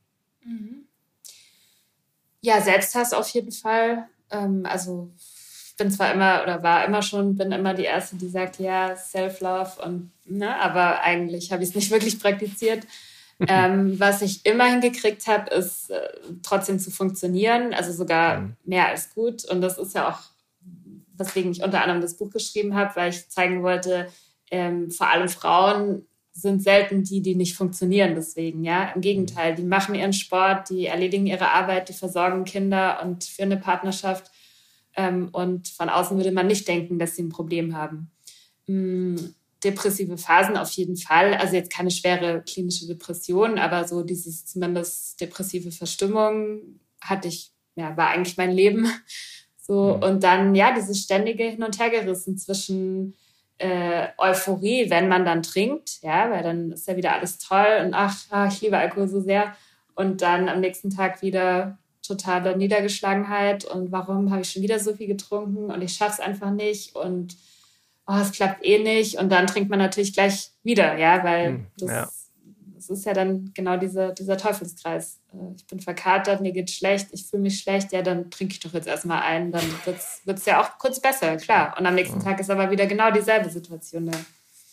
Ja, Selbsthass auf jeden Fall. Also ich bin bin immer die Erste, die sagt, ja, Self-Love aber eigentlich habe ich es nicht wirklich praktiziert. Was ich immer hingekriegt habe, ist trotzdem zu funktionieren, also sogar mehr als gut. Und das ist ja auch, weswegen ich unter anderem das Buch geschrieben habe, weil ich zeigen wollte, vor allem Frauen sind selten die nicht funktionieren deswegen. Ja, im Gegenteil, die machen ihren Sport, die erledigen ihre Arbeit, die versorgen Kinder und führen eine Partnerschaft. Und von außen würde man nicht denken, dass sie ein Problem haben. Depressive Phasen auf jeden Fall. Also jetzt keine schwere klinische Depression, aber so dieses zumindest depressive Verstimmung war eigentlich mein Leben. So, und dann, dieses ständige Hin- und Hergerissen zwischen Euphorie, wenn man dann trinkt, weil dann ist ja wieder alles toll und ich liebe Alkohol so sehr. Und dann am nächsten Tag wieder totale Niedergeschlagenheit und warum habe ich schon wieder so viel getrunken und ich schaffe es einfach nicht und es klappt eh nicht. Und dann trinkt man natürlich gleich wieder, weil das ist ja dann genau dieser Teufelskreis. Ich bin verkatert, mir geht's schlecht, ich fühle mich schlecht, dann trinke ich doch jetzt erstmal ein, dann wird's ja auch kurz besser, klar. Und am nächsten Tag ist aber wieder genau dieselbe Situation da.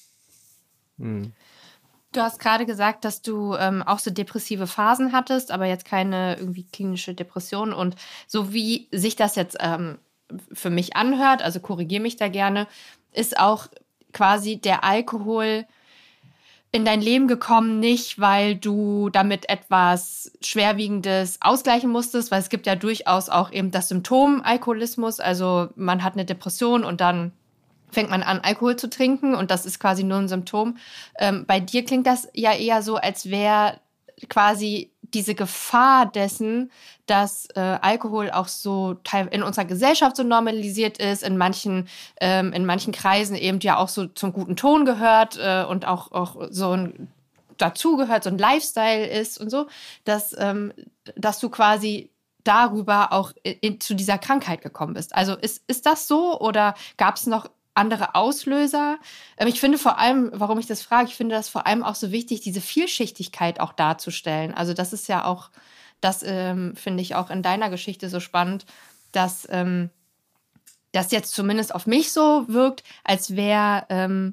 Du hast gerade gesagt, dass du auch so depressive Phasen hattest, aber jetzt keine irgendwie klinische Depression. Und so wie sich das jetzt für mich anhört, also korrigiere mich da gerne, ist auch quasi der Alkohol in dein Leben gekommen, nicht weil du damit etwas Schwerwiegendes ausgleichen musstest, weil es gibt ja durchaus auch eben das Symptom Alkoholismus, also man hat eine Depression und dann fängt man an, Alkohol zu trinken und das ist quasi nur ein Symptom. Bei dir klingt das ja eher so, als wäre quasi diese Gefahr dessen, dass Alkohol auch so in unserer Gesellschaft so normalisiert ist, in manchen Kreisen eben ja auch so zum guten Ton gehört und auch so ein dazugehört, so ein Lifestyle ist und so, dass du quasi darüber auch zu dieser Krankheit gekommen bist. Also ist das so oder gab es noch andere Auslöser? Ich finde vor allem, warum ich das frage, ich finde das vor allem auch so wichtig, diese Vielschichtigkeit auch darzustellen. Also das ist ja auch, das finde ich auch in deiner Geschichte so spannend, dass das jetzt zumindest auf mich so wirkt, als wäre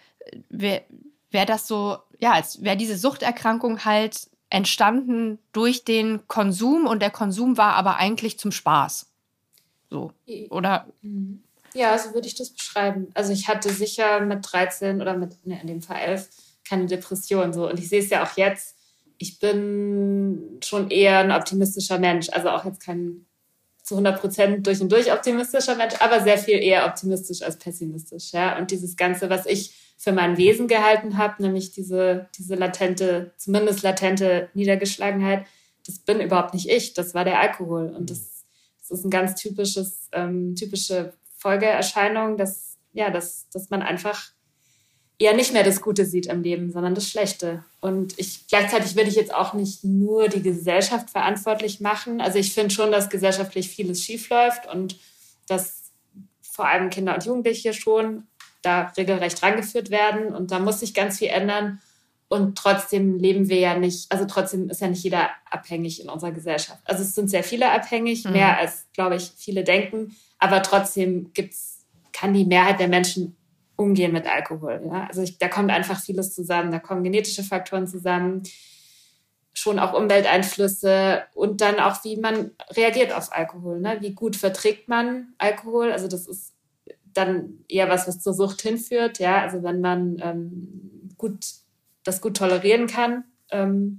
das so, ja, als wäre diese Suchterkrankung halt entstanden durch den Konsum und der Konsum war aber eigentlich zum Spaß. So, oder? Ja, so würde ich das beschreiben. Also ich hatte sicher mit 13 oder in dem Fall 11 keine Depression. So. Und ich sehe es ja auch jetzt, ich bin schon eher ein optimistischer Mensch. Also auch jetzt kein zu 100% durch und durch optimistischer Mensch, aber sehr viel eher optimistisch als pessimistisch. Ja? Und dieses Ganze, was ich für mein Wesen gehalten habe, nämlich diese zumindest latente Niedergeschlagenheit, das bin überhaupt nicht ich, das war der Alkohol. Und das ist ein ganz typische Folgeerscheinung, dass man einfach eher nicht mehr das Gute sieht im Leben, sondern das Schlechte. Und gleichzeitig will ich jetzt auch nicht nur die Gesellschaft verantwortlich machen. Also ich finde schon, dass gesellschaftlich vieles schiefläuft und dass vor allem Kinder und Jugendliche schon da regelrecht rangeführt werden. Und da muss sich ganz viel ändern. Und trotzdem leben wir ja nicht, also trotzdem ist ja nicht jeder abhängig in unserer Gesellschaft. Also es sind sehr viele abhängig, mehr als, glaube ich, viele denken. Aber trotzdem kann die Mehrheit der Menschen umgehen mit Alkohol. Ja? Also da kommt einfach vieles zusammen. Da kommen genetische Faktoren zusammen, schon auch Umwelteinflüsse und dann auch, wie man reagiert auf Alkohol. Ne? Wie gut verträgt man Alkohol? Also das ist dann eher was zur Sucht hinführt. Ja? Also wenn man das gut tolerieren kann, dann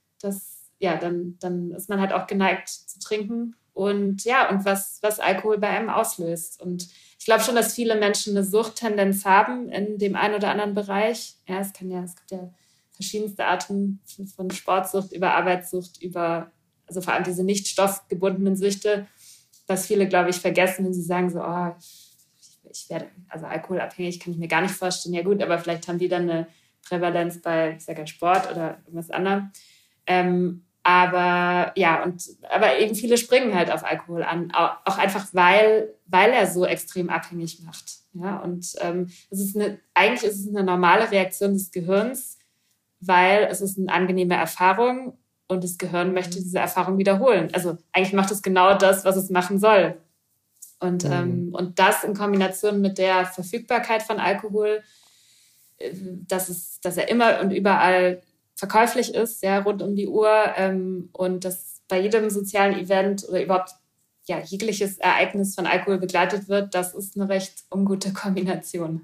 ist man halt auch geneigt zu trinken. Und ja, und was Alkohol bei einem auslöst. Und ich glaube schon, dass viele Menschen eine Suchttendenz haben in dem einen oder anderen Bereich. Ja, es gibt ja verschiedenste Arten von Sportsucht über Arbeitssucht, also vor allem diese nicht stoffgebundenen Süchte, was viele, glaube ich, vergessen, wenn sie sagen so, ich werde, also alkoholabhängig kann ich mir gar nicht vorstellen. Ja gut, aber vielleicht haben die dann eine Prävalenz bei, ich sage ja, Sport oder irgendwas anderem. Aber eben viele springen halt auf Alkohol an, auch einfach, weil er so extrem abhängig macht. Ja? Und eigentlich ist es eine normale Reaktion des Gehirns, weil es ist eine angenehme Erfahrung und das Gehirn möchte diese Erfahrung wiederholen. Also eigentlich macht es genau das, was es machen soll. Und das in Kombination mit der Verfügbarkeit von Alkohol, dass er immer und überall verkäuflich ist, ja, rund um die Uhr, und dass bei jedem sozialen Event oder überhaupt jegliches Ereignis von Alkohol begleitet wird, das ist eine recht ungute Kombination.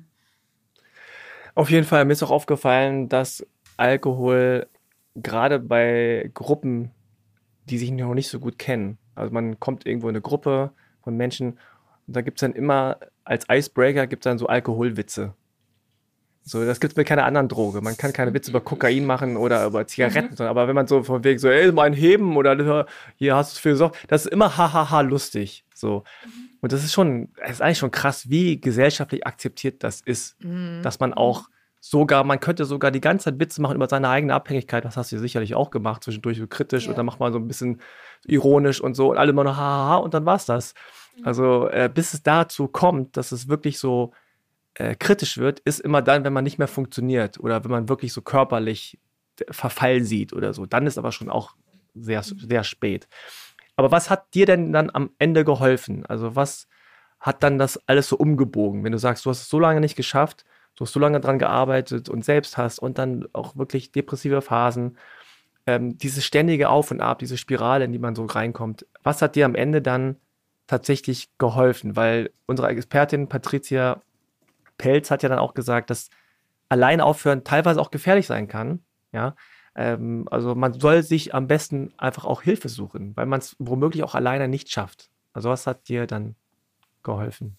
Auf jeden Fall, mir ist auch aufgefallen, dass Alkohol gerade bei Gruppen, die sich noch nicht so gut kennen, also man kommt irgendwo in eine Gruppe von Menschen und da gibt es dann immer als Icebreaker dann so Alkoholwitze. So, das gibt es mit keiner anderen Droge. Man kann keine Witze über Kokain machen oder über Zigaretten, aber wenn man so von wegen so, ey, mal ein Heben oder hier hast du es für gesorgt, das ist immer hahaha lustig. So. Und das ist eigentlich schon krass, wie gesellschaftlich akzeptiert das ist, dass man auch man könnte sogar die ganze Zeit Witze machen über seine eigene Abhängigkeit, das hast du sicherlich auch gemacht, zwischendurch so kritisch und dann macht man so ein bisschen ironisch und so und alle immer noch hahaha und dann war's das. Also bis es dazu kommt, dass es wirklich so kritisch wird, ist immer dann, wenn man nicht mehr funktioniert oder wenn man wirklich so körperlich Verfall sieht oder so. Dann ist aber schon auch sehr, sehr spät. Aber was hat dir denn dann am Ende geholfen? Also was hat dann das alles so umgebogen? Wenn du sagst, du hast es so lange nicht geschafft, du hast so lange dran gearbeitet und selbst hast und dann auch wirklich depressive Phasen, dieses ständige Auf und Ab, diese Spirale, in die man so reinkommt. Was hat dir am Ende dann tatsächlich geholfen? Weil unsere Expertin Patricia Pelz hat ja dann auch gesagt, dass allein aufhören teilweise auch gefährlich sein kann. Ja? Also man soll sich am besten einfach auch Hilfe suchen, weil man es womöglich auch alleine nicht schafft. Also was hat dir dann geholfen?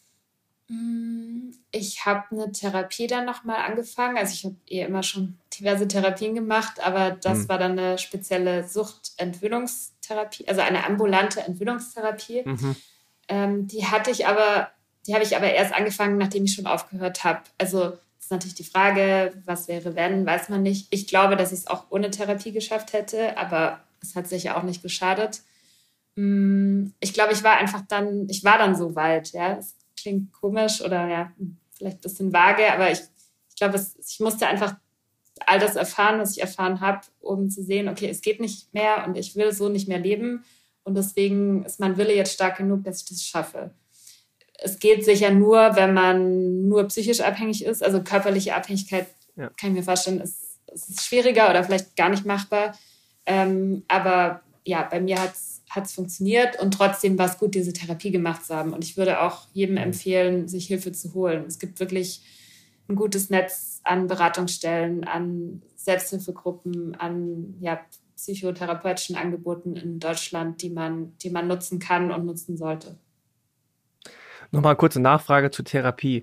Ich habe eine Therapie dann nochmal angefangen. Also ich habe immer schon diverse Therapien gemacht, aber das war dann eine spezielle Suchtentwöhnungstherapie, also eine ambulante Entwöhnungstherapie. Die habe ich aber erst angefangen, nachdem ich schon aufgehört habe. Also das ist natürlich die Frage, was wäre, wenn, weiß man nicht. Ich glaube, dass ich es auch ohne Therapie geschafft hätte, aber es hat sicher auch nicht geschadet. Ich glaube, ich war dann so weit, ja. Das klingt komisch oder ja, vielleicht ein bisschen vage, aber ich glaube, ich musste einfach all das erfahren, was ich erfahren habe, um zu sehen, okay, es geht nicht mehr und ich will so nicht mehr leben. Und deswegen ist mein Wille jetzt stark genug, dass ich das schaffe. Es geht sicher nur, wenn man nur psychisch abhängig ist. Also körperliche Abhängigkeit, kann ich mir vorstellen, ist schwieriger oder vielleicht gar nicht machbar. Aber ja, bei mir hat es funktioniert und trotzdem war es gut, diese Therapie gemacht zu haben. Und ich würde auch jedem empfehlen, sich Hilfe zu holen. Es gibt wirklich ein gutes Netz an Beratungsstellen, an Selbsthilfegruppen, an psychotherapeutischen Angeboten in Deutschland, die man nutzen kann und nutzen sollte. Nochmal eine kurze Nachfrage zur Therapie.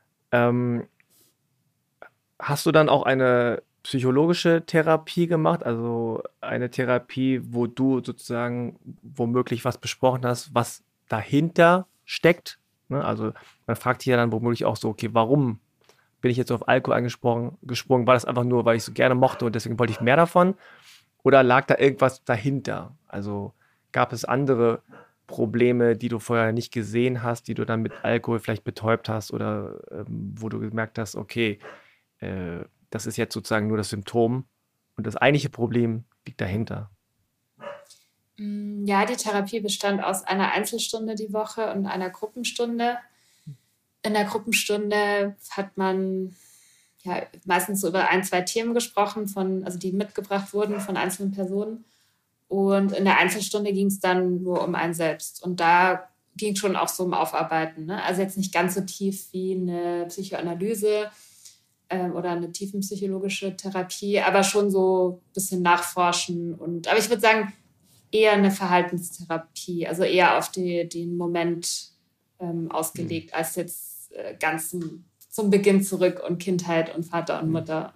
Hast du dann auch eine psychologische Therapie gemacht, also eine Therapie, wo du sozusagen womöglich was besprochen hast, was dahinter steckt? Ne? Also man fragt sich ja dann womöglich auch so, okay, warum bin ich jetzt auf Alkohol gesprungen? War das einfach nur, weil ich so gerne mochte und deswegen wollte ich mehr davon? Oder lag da irgendwas dahinter? Also gab es andere Probleme, die du vorher nicht gesehen hast, die du dann mit Alkohol vielleicht betäubt hast oder wo du gemerkt hast, okay, das ist jetzt sozusagen nur das Symptom und das eigentliche Problem liegt dahinter? Ja, die Therapie bestand aus einer Einzelstunde die Woche und einer Gruppenstunde. In der Gruppenstunde hat man meistens so über 1-2 Themen gesprochen, die mitgebracht wurden von einzelnen Personen. Und in der Einzelstunde ging es dann nur um einen selbst. Und da ging es schon auch so um Aufarbeiten. Ne? Also jetzt nicht ganz so tief wie eine Psychoanalyse oder eine tiefenpsychologische Therapie, aber schon so ein bisschen nachforschen. Aber ich würde sagen, eher eine Verhaltenstherapie, also eher auf den Moment ausgelegt, als jetzt ganz zum Beginn zurück und Kindheit und Vater und Mutter.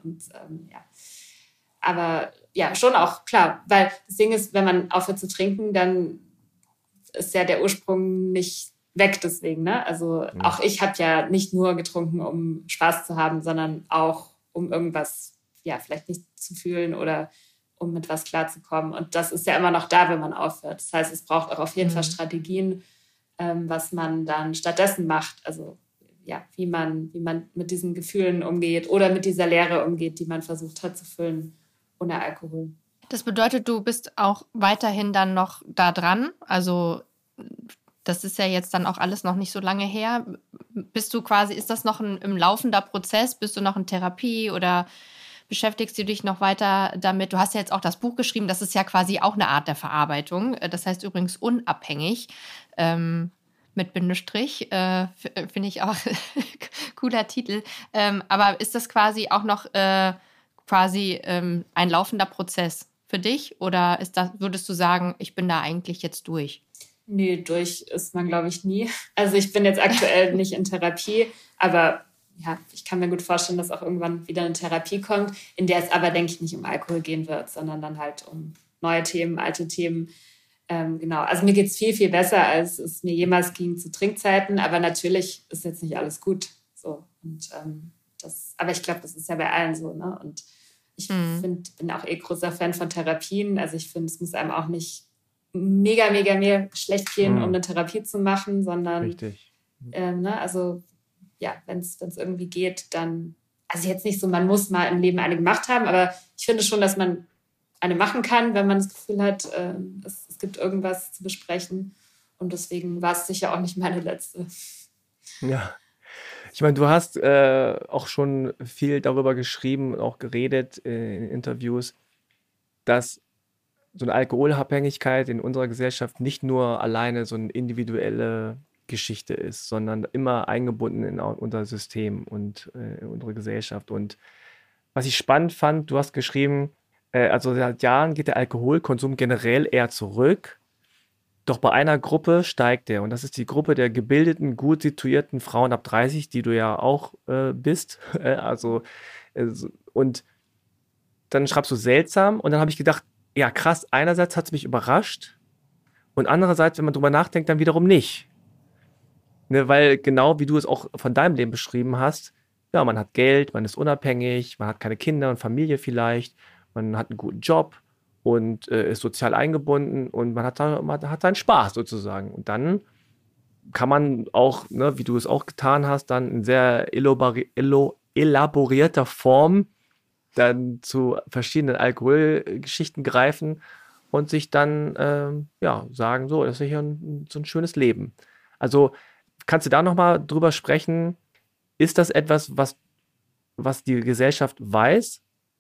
Aber ja, schon auch, klar, weil das Ding ist, wenn man aufhört zu trinken, dann ist ja der Ursprung nicht weg deswegen, ne? Also auch ich habe ja nicht nur getrunken, um Spaß zu haben, sondern auch, um irgendwas, vielleicht nicht zu fühlen oder um mit was klarzukommen. Und das ist ja immer noch da, wenn man aufhört. Das heißt, es braucht auch auf jeden Fall Strategien, was man dann stattdessen macht. Also wie man mit diesen Gefühlen umgeht oder mit dieser Leere umgeht, die man versucht hat zu füllen ohne Alkohol. Das bedeutet, du bist auch weiterhin dann noch da dran. Also das ist ja jetzt dann auch alles noch nicht so lange her. Ist das noch ein laufender Prozess? Bist du noch in Therapie oder beschäftigst du dich noch weiter damit? Du hast ja jetzt auch das Buch geschrieben, das ist ja quasi auch eine Art der Verarbeitung. Das heißt übrigens unabhängig, mit Bindestrich, finde ich auch cooler Titel. Aber ist das quasi auch noch ein laufender Prozess für dich? Oder würdest du sagen, ich bin da eigentlich jetzt durch? Nee, durch ist man, glaube ich, nie. Also ich bin jetzt aktuell nicht in Therapie, aber ich kann mir gut vorstellen, dass auch irgendwann wieder eine Therapie kommt, in der es aber, denke ich, nicht um Alkohol gehen wird, sondern dann halt um neue Themen, alte Themen. Genau, also mir geht es viel, viel besser, als es mir jemals ging zu Trinkzeiten, aber natürlich ist jetzt nicht alles gut. So. Und, aber ich glaube, das ist ja bei allen so, ne? Und ich bin auch großer Fan von Therapien. Also ich finde, es muss einem auch nicht mega, mega, mega schlecht gehen, um eine Therapie zu machen, sondern Richtig. Also wenn es irgendwie geht, dann, also jetzt nicht so, man muss mal im Leben eine gemacht haben, aber ich finde schon, dass man eine machen kann, wenn man das Gefühl hat, es gibt irgendwas zu besprechen. Und deswegen war es sicher auch nicht meine letzte. Ja. Ich meine, du hast auch schon viel darüber geschrieben und auch geredet in Interviews, dass so eine Alkoholabhängigkeit in unserer Gesellschaft nicht nur alleine so eine individuelle Geschichte ist, sondern immer eingebunden in unser System und in unsere Gesellschaft. Und was ich spannend fand, du hast geschrieben, also seit Jahren geht der Alkoholkonsum generell eher zurück, doch bei einer Gruppe steigt er. Und das ist die Gruppe der gebildeten, gut situierten Frauen ab 30, die du ja auch bist. Und dann schreibst du seltsam und dann habe ich gedacht, ja krass, einerseits hat es mich überrascht und andererseits, wenn man drüber nachdenkt, dann wiederum nicht. Ne, weil genau wie du es auch von deinem Leben beschrieben hast, ja, man hat Geld, man ist unabhängig, man hat keine Kinder und Familie vielleicht, man hat einen guten Job und ist sozial eingebunden und man hat seinen Spaß sozusagen. Und dann kann man auch, ne, wie du es auch getan hast, dann in sehr elaborierter Form dann zu verschiedenen Alkoholgeschichten greifen und sich dann sagen, so, das ist ja so ein schönes Leben. Also kannst du da nochmal drüber sprechen? Ist das etwas, was die Gesellschaft weiß?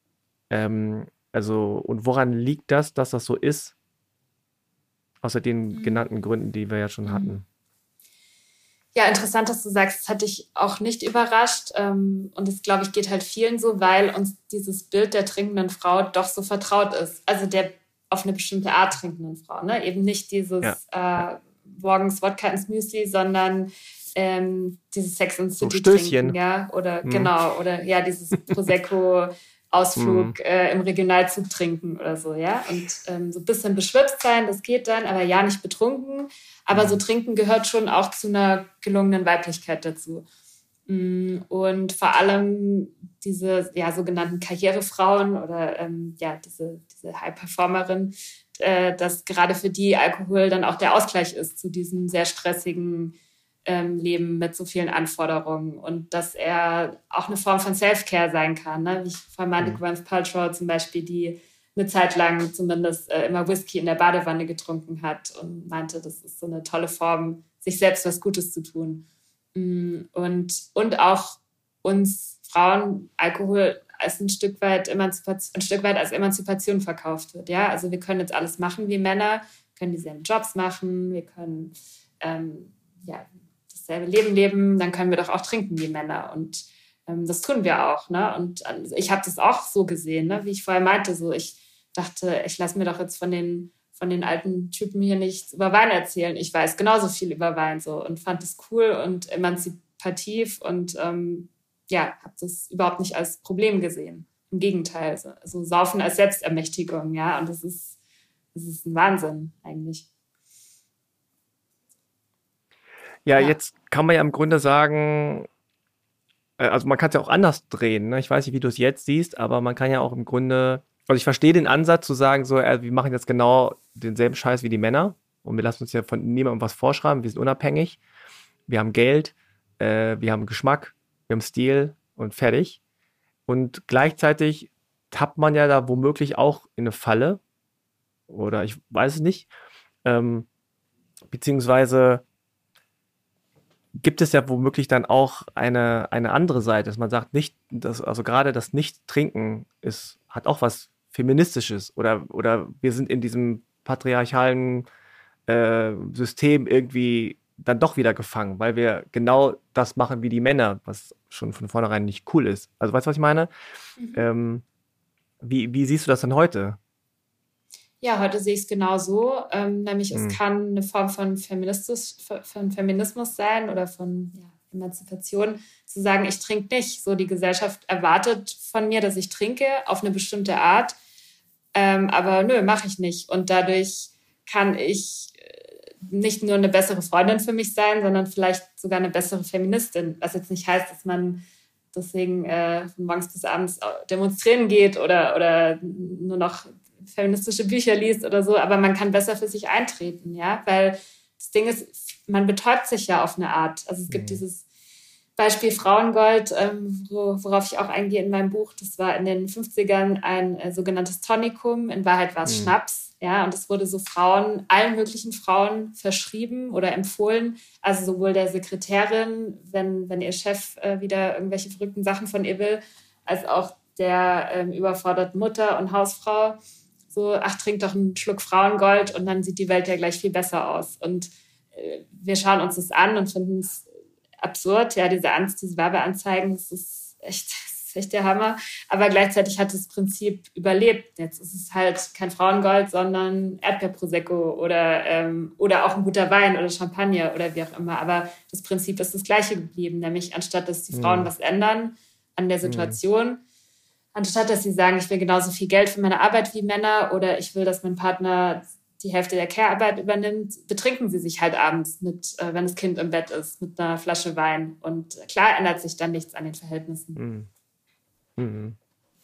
Und woran liegt das, dass das so ist? Außer den genannten Gründen, die wir ja schon hatten. Ja, interessant, dass du sagst, das hat dich auch nicht überrascht. Und das, glaube ich, geht halt vielen so, weil uns dieses Bild der trinkenden Frau doch so vertraut ist. Also der auf eine bestimmte Art trinkenden Frau. Ne? Eben nicht dieses morgens Wodka ins Müsli, sondern dieses Sex and the City trinken. Ja? Oder oder ja, dieses Prosecco-Ausflug im Regionalzug trinken oder so. Ja? Und so ein bisschen beschwipst sein, das geht dann, aber ja, nicht betrunken. Aber so trinken gehört schon auch zu einer gelungenen Weiblichkeit dazu. Und vor allem diese sogenannten Karrierefrauen oder diese High-Performerin, dass gerade für die Alkohol dann auch der Ausgleich ist zu diesem sehr stressigen Leben mit so vielen Anforderungen und dass er auch eine Form von Self-Care sein kann. Ne? Wie ich von meinte, Gwyneth Paltrow zum Beispiel, die eine Zeit lang zumindest immer Whisky in der Badewanne getrunken hat und meinte, das ist so eine tolle Form, sich selbst was Gutes zu tun. Und auch uns Frauen Alkohol als ein Stück weit als Emanzipation verkauft wird. Ja? Also wir können jetzt alles machen wie Männer, können dieselben Jobs machen, wir können dasselbe Leben leben, dann können wir doch auch trinken wie Männer. Und das tun wir auch. Ne? Und ich habe das auch so gesehen, ne? Wie ich vorher meinte. So, ich dachte, ich lasse mir doch jetzt von den alten Typen hier nichts über Wein erzählen. Ich weiß genauso viel über Wein so und fand es cool und emanzipativ und habe das überhaupt nicht als Problem gesehen. Im Gegenteil, so Saufen als Selbstermächtigung, ja. Und das ist ein Wahnsinn eigentlich. Ja, jetzt kann man ja im Grunde sagen, also man kann es ja auch anders drehen. Ne? Ich weiß nicht, wie du es jetzt siehst, aber man kann ja auch im Grunde, also ich verstehe den Ansatz zu sagen, so, wir machen jetzt genau denselben Scheiß wie die Männer und wir lassen uns ja von niemandem was vorschreiben, wir sind unabhängig, wir haben Geld, wir haben Geschmack, wir haben Stil und fertig. Und gleichzeitig tappt man ja da womöglich auch in eine Falle oder ich weiß es nicht, beziehungsweise gibt es ja womöglich dann auch eine andere Seite, dass man sagt, also gerade das Nicht-Trinken hat auch was Feministisches oder wir sind in diesem patriarchalen System irgendwie dann doch wieder gefangen, weil wir genau das machen wie die Männer, was schon von vornherein nicht cool ist. Also weißt du, was ich meine? Wie siehst du das denn heute? Ja, heute sehe ich es genau so. Nämlich es kann eine Form von Feminismus sein oder von Emanzipation, zu sagen, ich trinke nicht. So, die Gesellschaft erwartet von mir, dass ich trinke auf eine bestimmte Art. Aber nö, mache ich nicht. Und dadurch kann ich nicht nur eine bessere Freundin für mich sein, sondern vielleicht sogar eine bessere Feministin. Was jetzt nicht heißt, dass man deswegen von morgens bis abends demonstrieren geht oder nur noch feministische Bücher liest oder so, aber man kann besser für sich eintreten, ja, weil das Ding ist, man betäubt sich ja auf eine Art. Also es gibt dieses Beispiel Frauengold, worauf ich auch eingehe in meinem Buch, das war in den 50ern ein sogenanntes Tonikum, in Wahrheit war es Schnaps, ja, und es wurde so allen möglichen Frauen verschrieben oder empfohlen, also sowohl der Sekretärin, wenn ihr Chef wieder irgendwelche verrückten Sachen von ihr will, als auch der überforderten Mutter und Hausfrau. So, trink doch einen Schluck Frauengold und dann sieht die Welt ja gleich viel besser aus. Und wir schauen uns das an und finden es absurd. Ja, diese Werbeanzeigen, das ist echt der Hammer. Aber gleichzeitig hat das Prinzip überlebt. Jetzt ist es halt kein Frauengold, sondern Erdbeerprosecco oder auch ein guter Wein oder Champagner oder wie auch immer. Aber das Prinzip ist das Gleiche geblieben, nämlich anstatt dass die Frauen was ändern an der Situation, anstatt dass sie sagen, ich will genauso viel Geld für meine Arbeit wie Männer oder ich will, dass mein Partner die Hälfte der Care-Arbeit übernimmt, betrinken sie sich halt abends, wenn das Kind im Bett ist, mit einer Flasche Wein. Und klar ändert sich dann nichts an den Verhältnissen.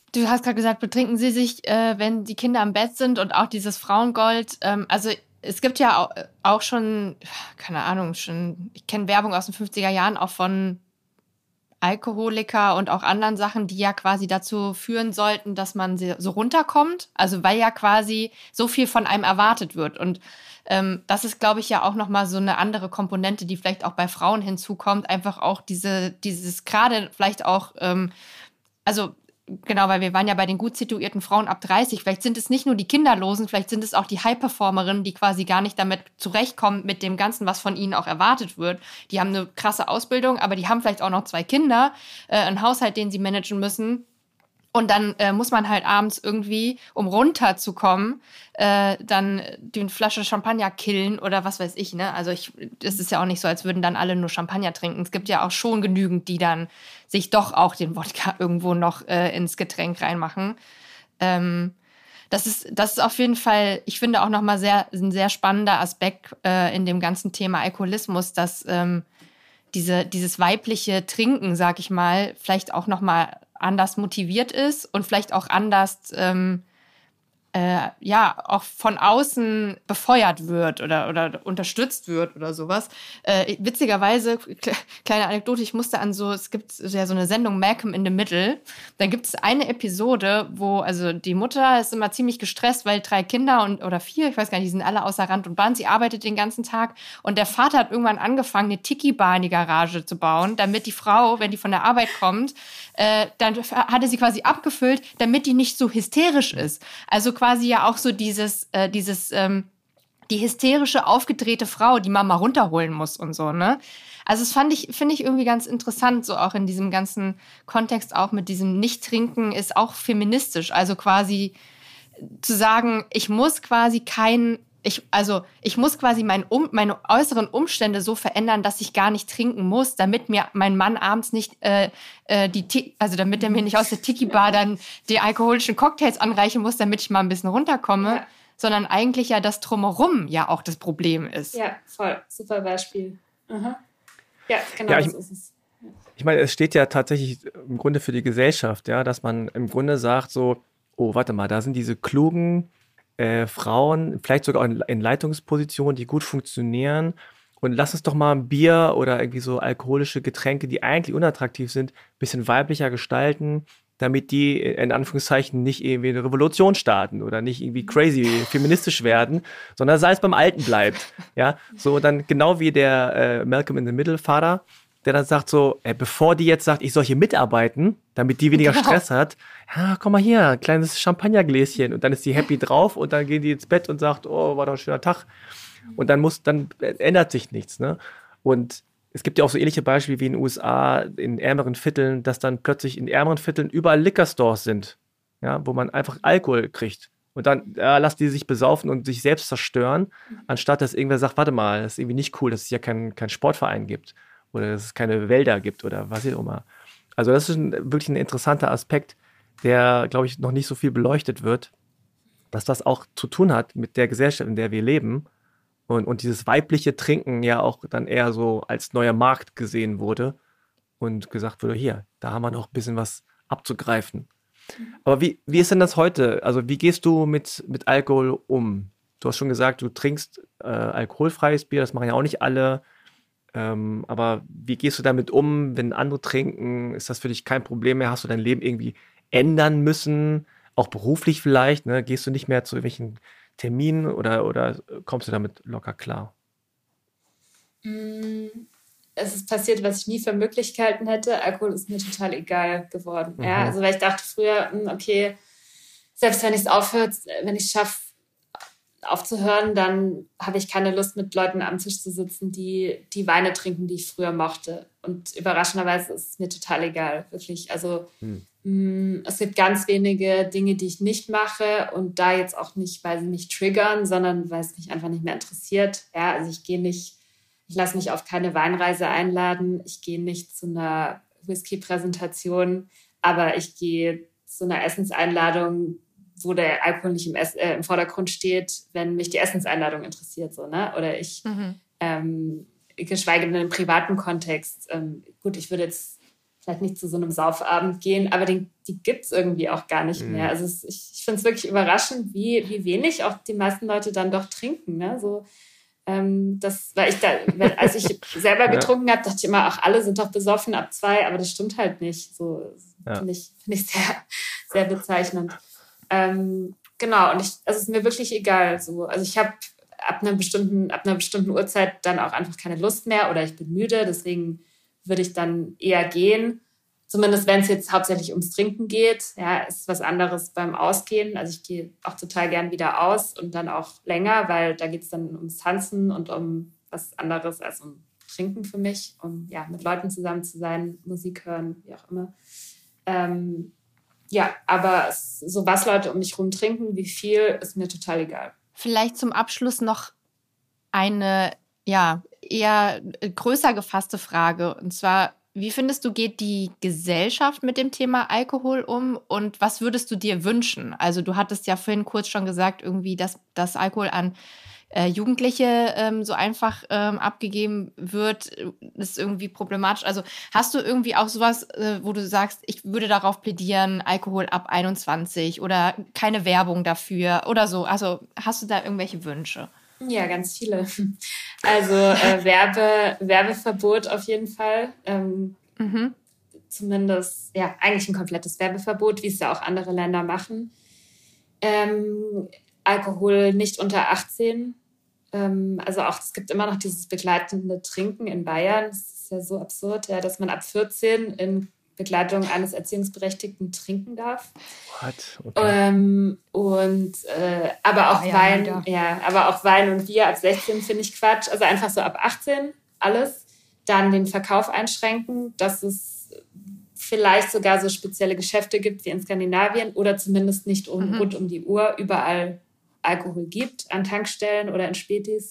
Du hast gerade gesagt, betrinken sie sich, wenn die Kinder am Bett sind und auch dieses Frauengold. Also es gibt ja auch schon, keine Ahnung, ich kenne Werbung aus den 50er Jahren auch von Alkoholiker und auch anderen Sachen, die ja quasi dazu führen sollten, dass man so runterkommt. Also weil ja quasi so viel von einem erwartet wird. Und das ist, glaube ich, ja auch nochmal so eine andere Komponente, die vielleicht auch bei Frauen hinzukommt. Einfach auch dieses gerade vielleicht auch, also genau, weil wir waren ja bei den gut situierten Frauen ab 30. Vielleicht sind es nicht nur die Kinderlosen, vielleicht sind es auch die High-Performerinnen, die quasi gar nicht damit zurechtkommen mit dem Ganzen, was von ihnen auch erwartet wird. Die haben eine krasse Ausbildung, aber die haben vielleicht auch noch 2 Kinder, einen Haushalt, den sie managen müssen. Und dann muss man halt abends irgendwie, um runterzukommen, dann die Flasche Champagner killen oder was weiß ich, ne? Also es ist ja auch nicht so, als würden dann alle nur Champagner trinken. Es gibt ja auch schon genügend, die dann sich doch auch den Wodka irgendwo noch ins Getränk reinmachen. Das ist auf jeden Fall, ich finde auch nochmal ein sehr spannender Aspekt in dem ganzen Thema Alkoholismus, dass dieses weibliche Trinken, sag ich mal, vielleicht auch nochmal anders motiviert ist und vielleicht auch anders auch von außen befeuert wird oder unterstützt wird oder sowas. Witzigerweise, kleine Anekdote, ich musste es gibt ja so eine Sendung Malcolm in the Middle, da gibt es eine Episode, wo, also die Mutter ist immer ziemlich gestresst, weil 3 Kinder oder 4, ich weiß gar nicht, die sind alle außer Rand und Band, sie arbeitet den ganzen Tag und der Vater hat irgendwann angefangen, eine Tiki-Bar in die Garage zu bauen, damit die Frau, wenn die von der Arbeit kommt, dann hatte sie quasi abgefüllt, damit die nicht so hysterisch ist. Also quasi ja auch so die hysterische, aufgedrehte Frau, die man mal runterholen muss und so, ne? Also das finde ich irgendwie ganz interessant, so auch in diesem ganzen Kontext, auch mit diesem Nicht-Trinken ist auch feministisch. Also quasi zu sagen, ich muss quasi meine äußeren Umstände so verändern, dass ich gar nicht trinken muss, damit mir mein Mann abends nicht damit er mir nicht aus der Tiki-Bar dann die alkoholischen Cocktails anreichen muss, damit ich mal ein bisschen runterkomme, sondern eigentlich ja das Drumherum ja auch das Problem ist. Ja, voll. Super Beispiel. Aha. Ja, genau, das ist es. Ich meine, es steht ja tatsächlich im Grunde für die Gesellschaft, ja, dass man im Grunde sagt so, oh, warte mal, da sind diese klugen Frauen, vielleicht sogar in Leitungspositionen, die gut funktionieren. Und lass uns doch mal ein Bier oder irgendwie so alkoholische Getränke, die eigentlich unattraktiv sind, ein bisschen weiblicher gestalten, damit die in Anführungszeichen nicht irgendwie eine Revolution starten oder nicht irgendwie crazy feministisch werden, sondern sei es beim Alten bleibt. Ja, so dann genau wie der Malcolm in the Middle Vater, der dann sagt so, bevor die jetzt sagt, ich soll hier mitarbeiten, damit die weniger Stress hat, ja, komm mal hier, ein kleines Champagnergläschen und dann ist die happy drauf und dann gehen die ins Bett und sagt, oh, war doch ein schöner Tag. Und dann ändert sich nichts, ne? Und es gibt ja auch so ähnliche Beispiele wie in den USA, in ärmeren Vierteln, dass dann plötzlich in ärmeren Vierteln überall Liquor-Stores sind, ja, wo man einfach Alkohol kriegt. Und dann lassen die sich besaufen und sich selbst zerstören, anstatt dass irgendwer sagt, warte mal, das ist irgendwie nicht cool, dass es ja kein Sportverein gibt oder dass es keine Wälder gibt oder was auch immer. Also das ist wirklich ein interessanter Aspekt, der, glaube ich, noch nicht so viel beleuchtet wird, dass das auch zu tun hat mit der Gesellschaft, in der wir leben. Und dieses weibliche Trinken ja auch dann eher so als neuer Markt gesehen wurde und gesagt wurde, hier, da haben wir noch ein bisschen was abzugreifen. Aber wie ist denn das heute? Also wie gehst du mit Alkohol um? Du hast schon gesagt, du trinkst alkoholfreies Bier, das machen ja auch nicht alle. Aber wie gehst du damit um, wenn andere trinken? Ist das für dich kein Problem mehr? Hast du dein Leben irgendwie ändern müssen? Auch beruflich vielleicht? Ne? Gehst du nicht mehr zu irgendwelchen Termin oder kommst du damit locker klar? Es ist passiert, was ich nie für möglich gehalten hätte. Alkohol ist mir total egal geworden. Mhm. Ja, also weil ich dachte früher, okay, selbst wenn ich es schaffe, aufzuhören, dann habe ich keine Lust, mit Leuten am Tisch zu sitzen, die Weine trinken, die ich früher mochte. Und überraschenderweise ist es mir total egal, wirklich. Also es gibt ganz wenige Dinge, die ich nicht mache und da jetzt auch nicht, weil sie mich triggern, sondern weil es mich einfach nicht mehr interessiert. Ja, also ich lasse mich auf keine Weinreise einladen, ich gehe nicht zu einer Whisky-Präsentation, aber ich gehe zu einer Essenseinladung, wo der Alkohol nicht im Vordergrund steht, wenn mich die Essenseinladung interessiert. So, ne? Oder ich, geschweige denn im privaten Kontext, gut, ich würde jetzt vielleicht nicht zu so einem Saufabend gehen, aber die gibt es irgendwie auch gar nicht mehr. Also ich finde es wirklich überraschend, wie wenig auch die meisten Leute dann doch trinken. Ne? So, als ich selber getrunken habe, dachte ich immer, ach, alle sind doch besoffen ab 2, aber das stimmt halt nicht. So finde ich sehr, sehr bezeichnend. Genau, und es ist mir wirklich egal. So. Also ich habe ab einer bestimmten Uhrzeit dann auch einfach keine Lust mehr oder ich bin müde, deswegen würde ich dann eher gehen. Zumindest wenn es jetzt hauptsächlich ums Trinken geht. Ja, ist was anderes beim Ausgehen. Also ich gehe auch total gern wieder aus und dann auch länger, weil da geht es dann ums Tanzen und um was anderes als um Trinken für mich. Um mit Leuten zusammen zu sein, Musik hören, wie auch immer. Aber so was Leute um mich rum trinken, wie viel, ist mir total egal. Vielleicht zum Abschluss noch eine eher größer gefasste Frage. Und zwar, wie findest du, geht die Gesellschaft mit dem Thema Alkohol um und was würdest du dir wünschen? Also du hattest ja vorhin kurz schon gesagt, irgendwie, dass Alkohol an Jugendliche so einfach abgegeben wird, ist irgendwie problematisch. Also hast du irgendwie auch sowas, wo du sagst, ich würde darauf plädieren, Alkohol ab 21 oder keine Werbung dafür oder so? Also hast du da irgendwelche Wünsche? Ja, ganz viele. Also Werbeverbot auf jeden Fall. Zumindest, eigentlich ein komplettes Werbeverbot, wie es ja auch andere Länder machen. Alkohol nicht unter 18. Also auch, es gibt immer noch dieses begleitende Trinken in Bayern. Das ist ja so absurd, dass man ab 14 in Begleitung eines Erziehungsberechtigten trinken darf. What? Okay. Aber auch Wein, aber auch Wein und Bier ab 16 finde ich Quatsch. Also einfach so ab 18 alles. Dann den Verkauf einschränken, dass es vielleicht sogar so spezielle Geschäfte gibt wie in Skandinavien oder zumindest nicht rund um die Uhr überall Alkohol gibt, an Tankstellen oder in Spätis.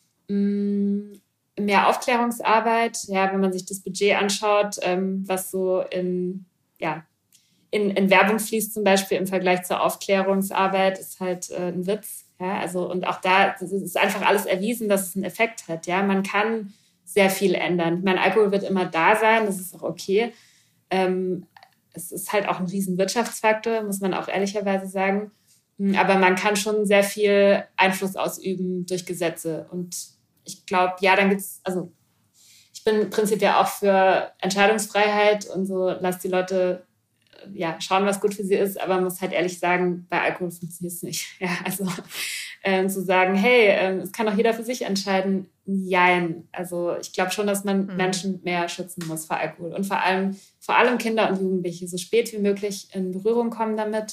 Mehr Aufklärungsarbeit, wenn man sich das Budget anschaut, was so in Werbung fließt zum Beispiel im Vergleich zur Aufklärungsarbeit, ist halt ein Witz. Ja? Also, und auch da ist einfach alles erwiesen, dass es einen Effekt hat. Ja? Man kann sehr viel ändern. Ich meine, Alkohol wird immer da sein, das ist auch okay. Es ist halt auch ein riesen Wirtschaftsfaktor, muss man auch ehrlicherweise sagen. Aber man kann schon sehr viel Einfluss ausüben durch Gesetze. Und ich glaube, dann gibt's, also ich bin prinzipiell auch für Entscheidungsfreiheit und so, lass die Leute schauen, was gut für sie ist, aber man muss halt ehrlich sagen, bei Alkohol funktioniert es nicht. Ja, also zu sagen, hey, es kann doch jeder für sich entscheiden, jein. Also ich glaube schon, dass man Menschen mehr schützen muss vor Alkohol und vor allem Kinder und Jugendliche so spät wie möglich in Berührung kommen damit.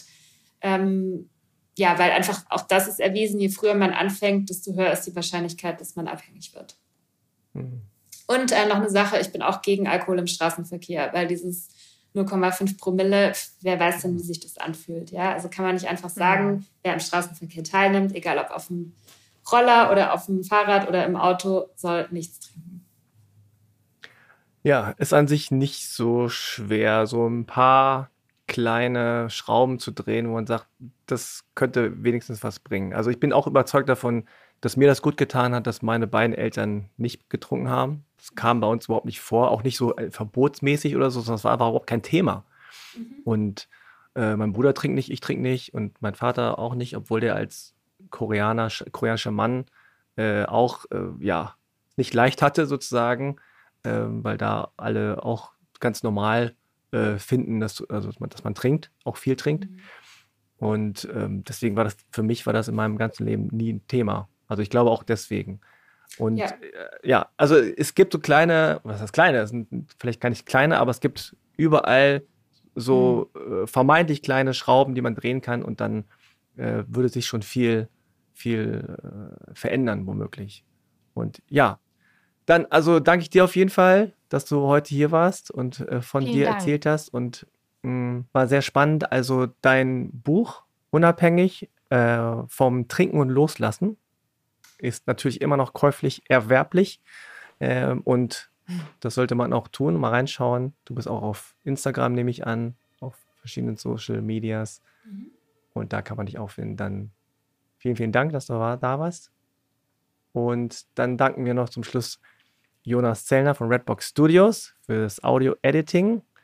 Weil einfach auch das ist erwiesen, je früher man anfängt, desto höher ist die Wahrscheinlichkeit, dass man abhängig wird. Und noch eine Sache, ich bin auch gegen Alkohol im Straßenverkehr, weil dieses 0,5 Promille, wer weiß denn, wie sich das anfühlt. Ja? Also kann man nicht einfach sagen, wer am Straßenverkehr teilnimmt, egal ob auf dem Roller oder auf dem Fahrrad oder im Auto, soll nichts trinken. Ja, ist an sich nicht so schwer, so ein paar kleine Schrauben zu drehen, wo man sagt, das könnte wenigstens was bringen. Also ich bin auch überzeugt davon, dass mir das gut getan hat, dass meine beiden Eltern nicht getrunken haben. Das kam bei uns überhaupt nicht vor, auch nicht so verbotsmäßig oder so, sondern es war einfach überhaupt kein Thema. Und mein Bruder trinkt nicht, ich trinke nicht und mein Vater auch nicht, obwohl der als koreanischer Mann auch nicht leicht hatte sozusagen, weil da alle auch ganz normal finden, dass man trinkt, auch viel trinkt. Und deswegen war das in meinem ganzen Leben nie ein Thema. Also ich glaube auch deswegen. Und also es gibt so kleine, was heißt kleine, es sind vielleicht gar nicht kleine, aber es gibt überall so vermeintlich kleine Schrauben, die man drehen kann und dann würde sich schon viel verändern womöglich. Und dann also danke ich dir auf jeden Fall, dass du heute hier warst und von Vielen dir Dank. erzählt hast und war sehr spannend. Also dein Buch, unabhängig vom Trinken und Loslassen, ist natürlich immer noch käuflich erwerblich und das sollte man auch tun, mal reinschauen. Du bist auch auf Instagram, nehme ich an, auf verschiedenen Social Medias und da kann man dich auch finden. Dann vielen, vielen Dank, dass du da warst und dann danken wir noch zum Schluss Jonas Zellner von Redbox Studios für das Audio-Editing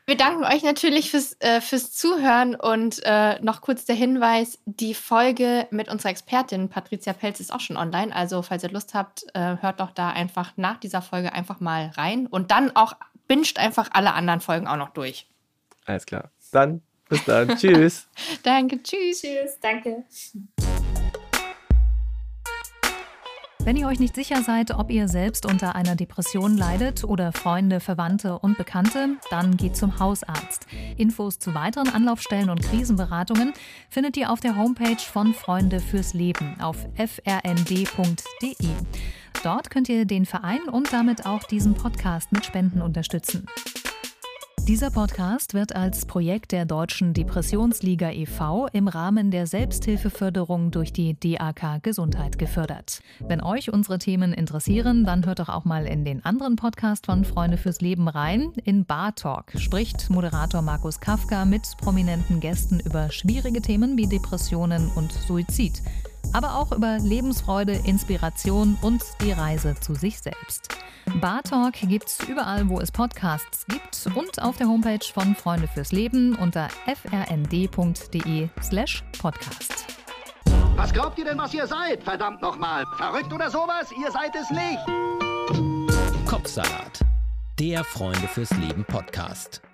Wir danken euch natürlich fürs Zuhören und noch kurz der Hinweis, die Folge mit unserer Expertin Patricia Pelz ist auch schon online, also falls ihr Lust habt, hört doch da einfach nach dieser Folge einfach mal rein und dann auch binscht einfach alle anderen Folgen auch noch durch. Alles klar, dann bis dann, tschüss. Danke, tschüss. Tschüss, danke. Wenn ihr euch nicht sicher seid, ob ihr selbst unter einer Depression leidet oder Freunde, Verwandte und Bekannte, dann geht zum Hausarzt. Infos zu weiteren Anlaufstellen und Krisenberatungen findet ihr auf der Homepage von Freunde fürs Leben auf frnd.de. Dort könnt ihr den Verein und damit auch diesen Podcast mit Spenden unterstützen. Dieser Podcast wird als Projekt der Deutschen Depressionsliga e.V. im Rahmen der Selbsthilfeförderung durch die DAK Gesundheit gefördert. Wenn euch unsere Themen interessieren, dann hört doch auch mal in den anderen Podcast von Freunde fürs Leben rein. In Bar Talk spricht Moderator Markus Kafka mit prominenten Gästen über schwierige Themen wie Depressionen und Suizid. Aber auch über Lebensfreude, Inspiration und die Reise zu sich selbst. Bar Talk gibt's überall, wo es Podcasts gibt und auf der Homepage von Freunde fürs Leben unter frnd.de/podcast. Was glaubt ihr denn, was ihr seid? Verdammt nochmal. Verrückt oder sowas? Ihr seid es nicht. Kopfsalat, der Freunde fürs Leben Podcast.